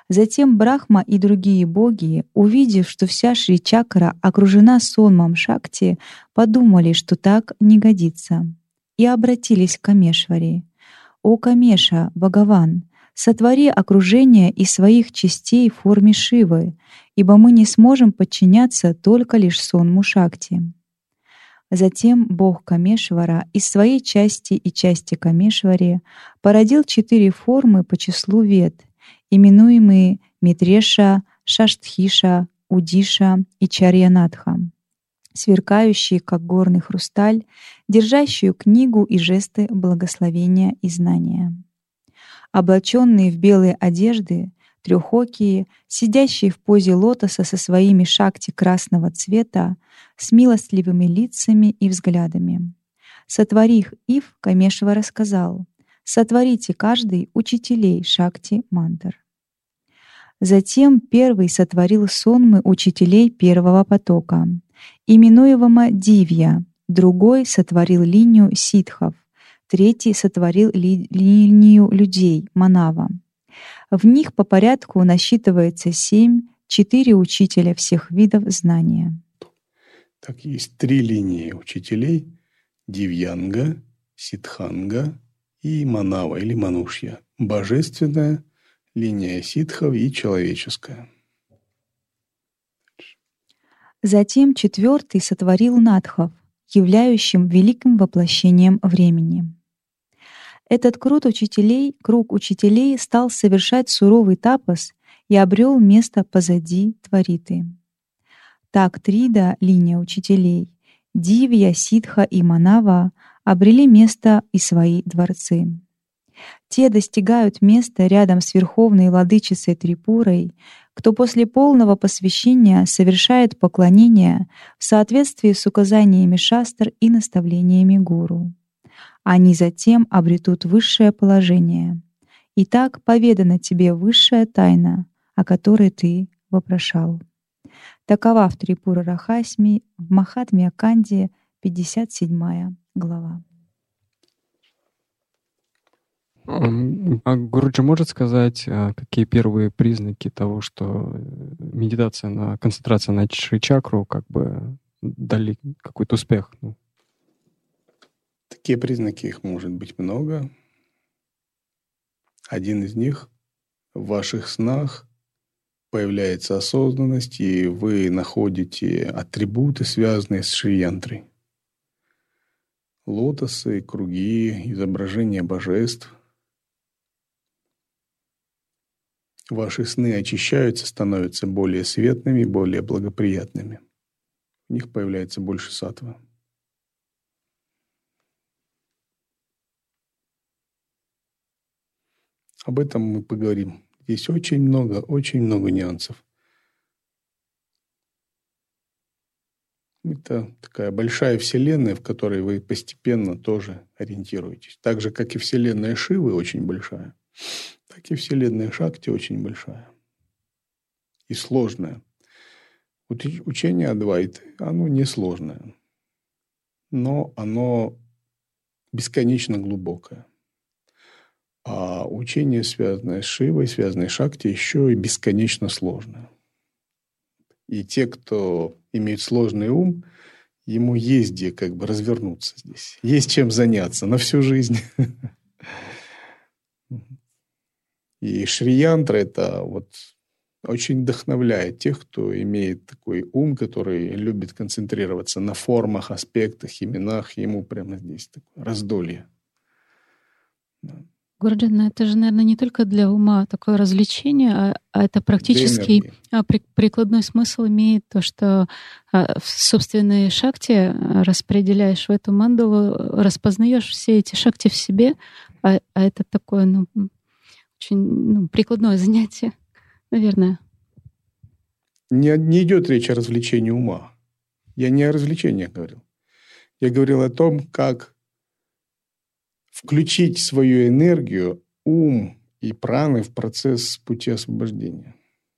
Затем Брахма и другие боги, увидев, что вся Шри-чакра окружена сонмом Шакти, подумали, что так не годится, и обратились к Камешвари. «О Камеша, Бхагаван, сотвори окружение из своих частей в форме Шивы, ибо мы не сможем подчиняться только лишь сонму Шакти». Затем бог Камешвара из своей части и части Камешвари породил 4 формы по числу вед, именуемые Митреша, Шаштхиша, Удиша и Чарьянатха, сверкающие, как горный хрусталь, держащую книгу и жесты благословения и знания. Облаченные в белые одежды, трехокие, сидящие в позе лотоса со своими шакти красного цвета, с милостливыми лицами и взглядами. Сотворив их, Камешвара сказал: «Сотворите каждый учителей шакти мантр». Затем первый сотворил сонмы учителей первого потока, именуемого Дивья, другой сотворил линию ситхов, третий сотворил линию людей, Манава. В них по порядку насчитывается 4 учителя всех видов знания. Так, есть 3 линии учителей: Дивьянга, Ситханга и Манава или Манушья. Божественная линия ситхов и человеческая. Затем 4-й сотворил Надхов, являющим великим воплощением времени. Этот круг учителей стал совершать суровый тапас и обрел место позади Твариты. Так Трида, линия учителей, Дивья, Ситха и Манава обрели место и свои дворцы. Те достигают места рядом с верховной владычицей Трипурой, кто после полного посвящения совершает поклонение в соответствии с указаниями шастр и наставлениями гуру. Они затем обретут высшее положение. Итак, поведана тебе высшая тайна, о которой ты вопрошал. Такова в Трипура Рахасми в Махатмья Канде, 57 глава. А Гуруджи может сказать, какие первые признаки того, что медитация концентрация на Шри-чакру как бы дали какой-то успех? Такие признаки, их может быть много. Один из них — в ваших снах появляется осознанность, и вы находите атрибуты, связанные с Шри-янтрой. Лотосы, круги, изображения божеств. Ваши сны очищаются, становятся более светлыми, более благоприятными. В них появляется больше саттвы. Об этом мы поговорим. Здесь очень много нюансов. Это такая большая вселенная, в которой вы постепенно тоже ориентируетесь. Так же, как и вселенная Шивы очень большая, так и вселенная Шакти очень большая и сложная. Учение Адвайты, оно несложное, но оно бесконечно глубокое. А учение, связанное с Шивой, связанное с Шакти, еще и бесконечно сложное. И те, кто имеет сложный ум, ему есть где как бы развернуться здесь. Есть чем заняться на всю жизнь. И Шри-янтра это вот очень вдохновляет тех, кто имеет такой ум, который любит концентрироваться на формах, аспектах, именах. Ему прямо здесь такое раздолье. Гуруджи, это же, наверное, не только для ума такое развлечение, а это практически прикладной смысл имеет то, что в собственной шакти распределяешь в эту мандалу, распознаешь все эти шакти в себе, а это такое, очень прикладное занятие, наверное. Не идет речь о развлечении ума. Я не о развлечениях говорил. Я говорил о том, как включить свою энергию, ум и праны в процесс пути освобождения.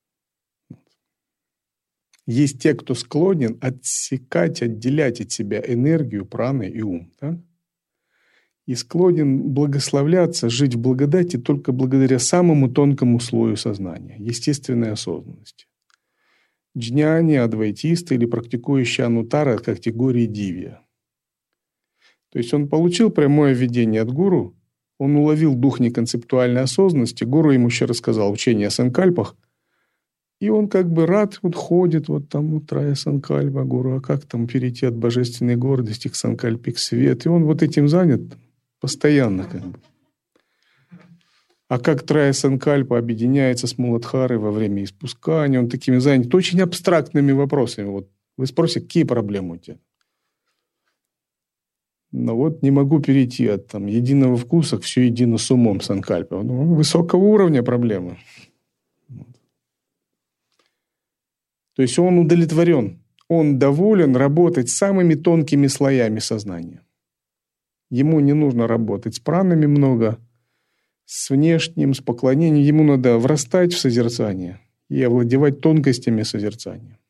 Есть те, кто склонен отсекать, отделять от себя энергию, праны и ум. Да? и склонен благословляться, жить в благодати только благодаря самому тонкому слою сознания, естественной осознанности. Джняни, адвайтисты или практикующие анутара категории дивья. То есть он получил прямое видение от гуру, он уловил дух неконцептуальной осознанности, гуру ему еще рассказал учение о санкальпах, и он как бы рад, вот ходит, вот там утрая санкальпа, гуру, а как там перейти от божественной гордости к санкальпе, к свету, и он вот этим занят постоянно как бы. А как трая санкальпа объединяется с Муладхарой во время испускания, он такими занят очень абстрактными вопросами. Вот вы спросите, какие проблемы у тебя? Но вот не могу перейти от там, единого вкуса к все едино с умом санкальпа. Высокого уровня проблемы. То есть он удовлетворен, он доволен работать с самыми тонкими слоями сознания. Ему не нужно работать с пранами много, с внешним, с поклонением. Ему надо врастать в созерцание и овладевать тонкостями созерцания.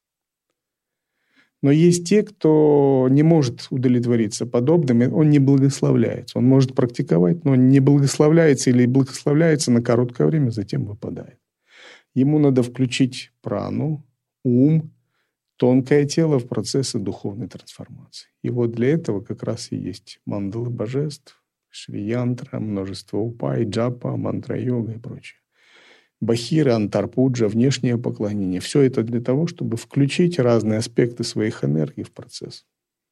Но есть те, кто не может удовлетвориться подобным, он не благословляется. Он может практиковать, но не благословляется или благословляется на короткое время, затем выпадает. Ему надо включить прану, ум, тонкое тело в процессы духовной трансформации. И вот для этого как раз и есть мандалы божеств, шри-янтра, множество упай, джапа, мантра-йога и прочее. Бахира, антарпуджа, внешнее поклонение. Все это для того, чтобы включить разные аспекты своих энергий в процесс.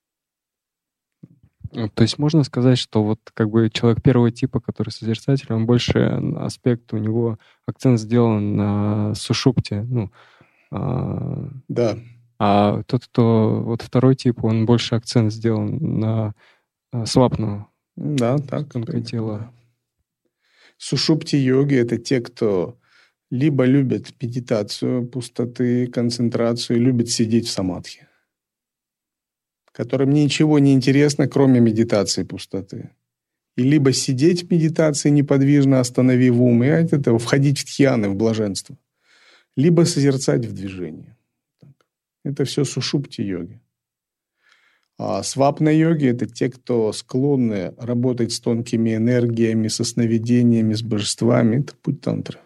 То есть можно сказать, что вот как бы человек первого типа, который созерцатель, он больше аспект, у него акцент сделан на сушупте. Да. А тот, кто вот второй тип, он больше акцент сделан на свапну. Да, так. Тонкое тело. Сушупти-йоги — это те, кто либо любят медитацию, пустоты, концентрацию, любят сидеть в самадхи, которым ничего не интересно, кроме медитации пустоты. И либо сидеть в медитации неподвижно, остановив ум, и от этого входить в тхьяны, в блаженство, либо созерцать в движении. Это все сушупти-йоги. А свапна-йоги — это те, кто склонны работать с тонкими энергиями, со сновидениями, с божествами. Это путь тантры.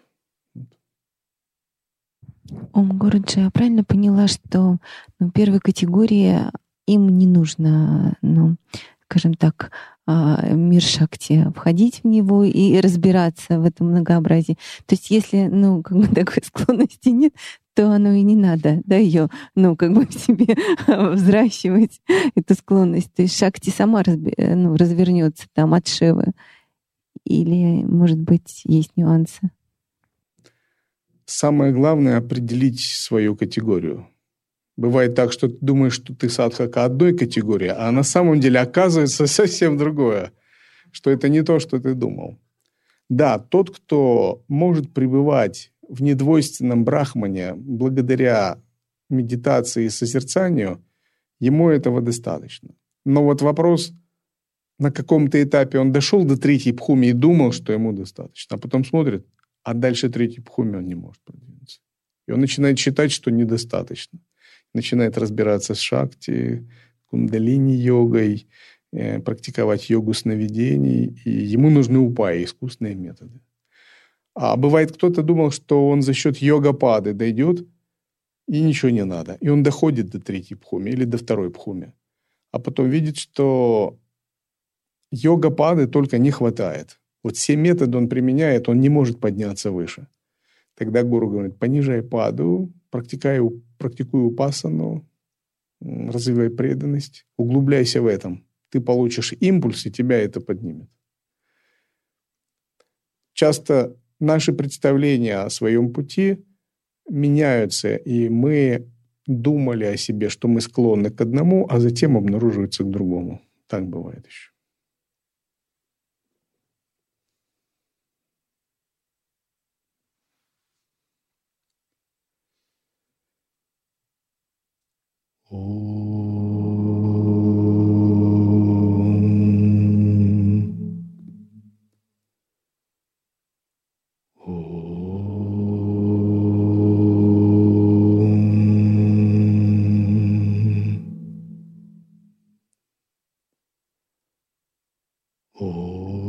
Ом Гуруджи, я правильно поняла, что первой категории им не нужно, скажем так, мир Шакти, входить в него и разбираться в этом многообразии. То есть если, такой склонности нет, то оно и не надо, ее, в себе взращивать, эту склонность. То есть Шакти сама развернется там от Шивы. Или, может быть, есть нюансы? Самое главное — определить свою категорию. Бывает так, что ты думаешь, что ты садхака одной категории, а на самом деле оказывается совсем другое, что это не то, что ты думал. Да, тот, кто может пребывать в недвойственном брахмане благодаря медитации и созерцанию, ему этого достаточно. Но вот вопрос, на каком-то этапе он дошел до третьей бхуми и думал, что ему достаточно, а потом смотрит, а дальше третьей бхуми он не может продвинуться. И он начинает считать, что недостаточно. Начинает разбираться с шакти, кундалини-йогой, практиковать йогу сновидений, и ему нужны упаи, искусственные методы. А бывает, кто-то думал, что он за счет йога-пады дойдет, и ничего не надо. И он доходит до третьей бхуми или до второй бхуми. А потом видит, что йога-пады только не хватает. Вот все методы он применяет, он не может подняться выше. Тогда гуру говорит, понижай паду, практикуй упасану, развивай преданность, углубляйся в этом. Ты получишь импульс, и тебя это поднимет. Часто наши представления о своем пути меняются, и мы думали о себе, что мы склонны к одному, а затем обнаруживается к другому. Так бывает еще. Om.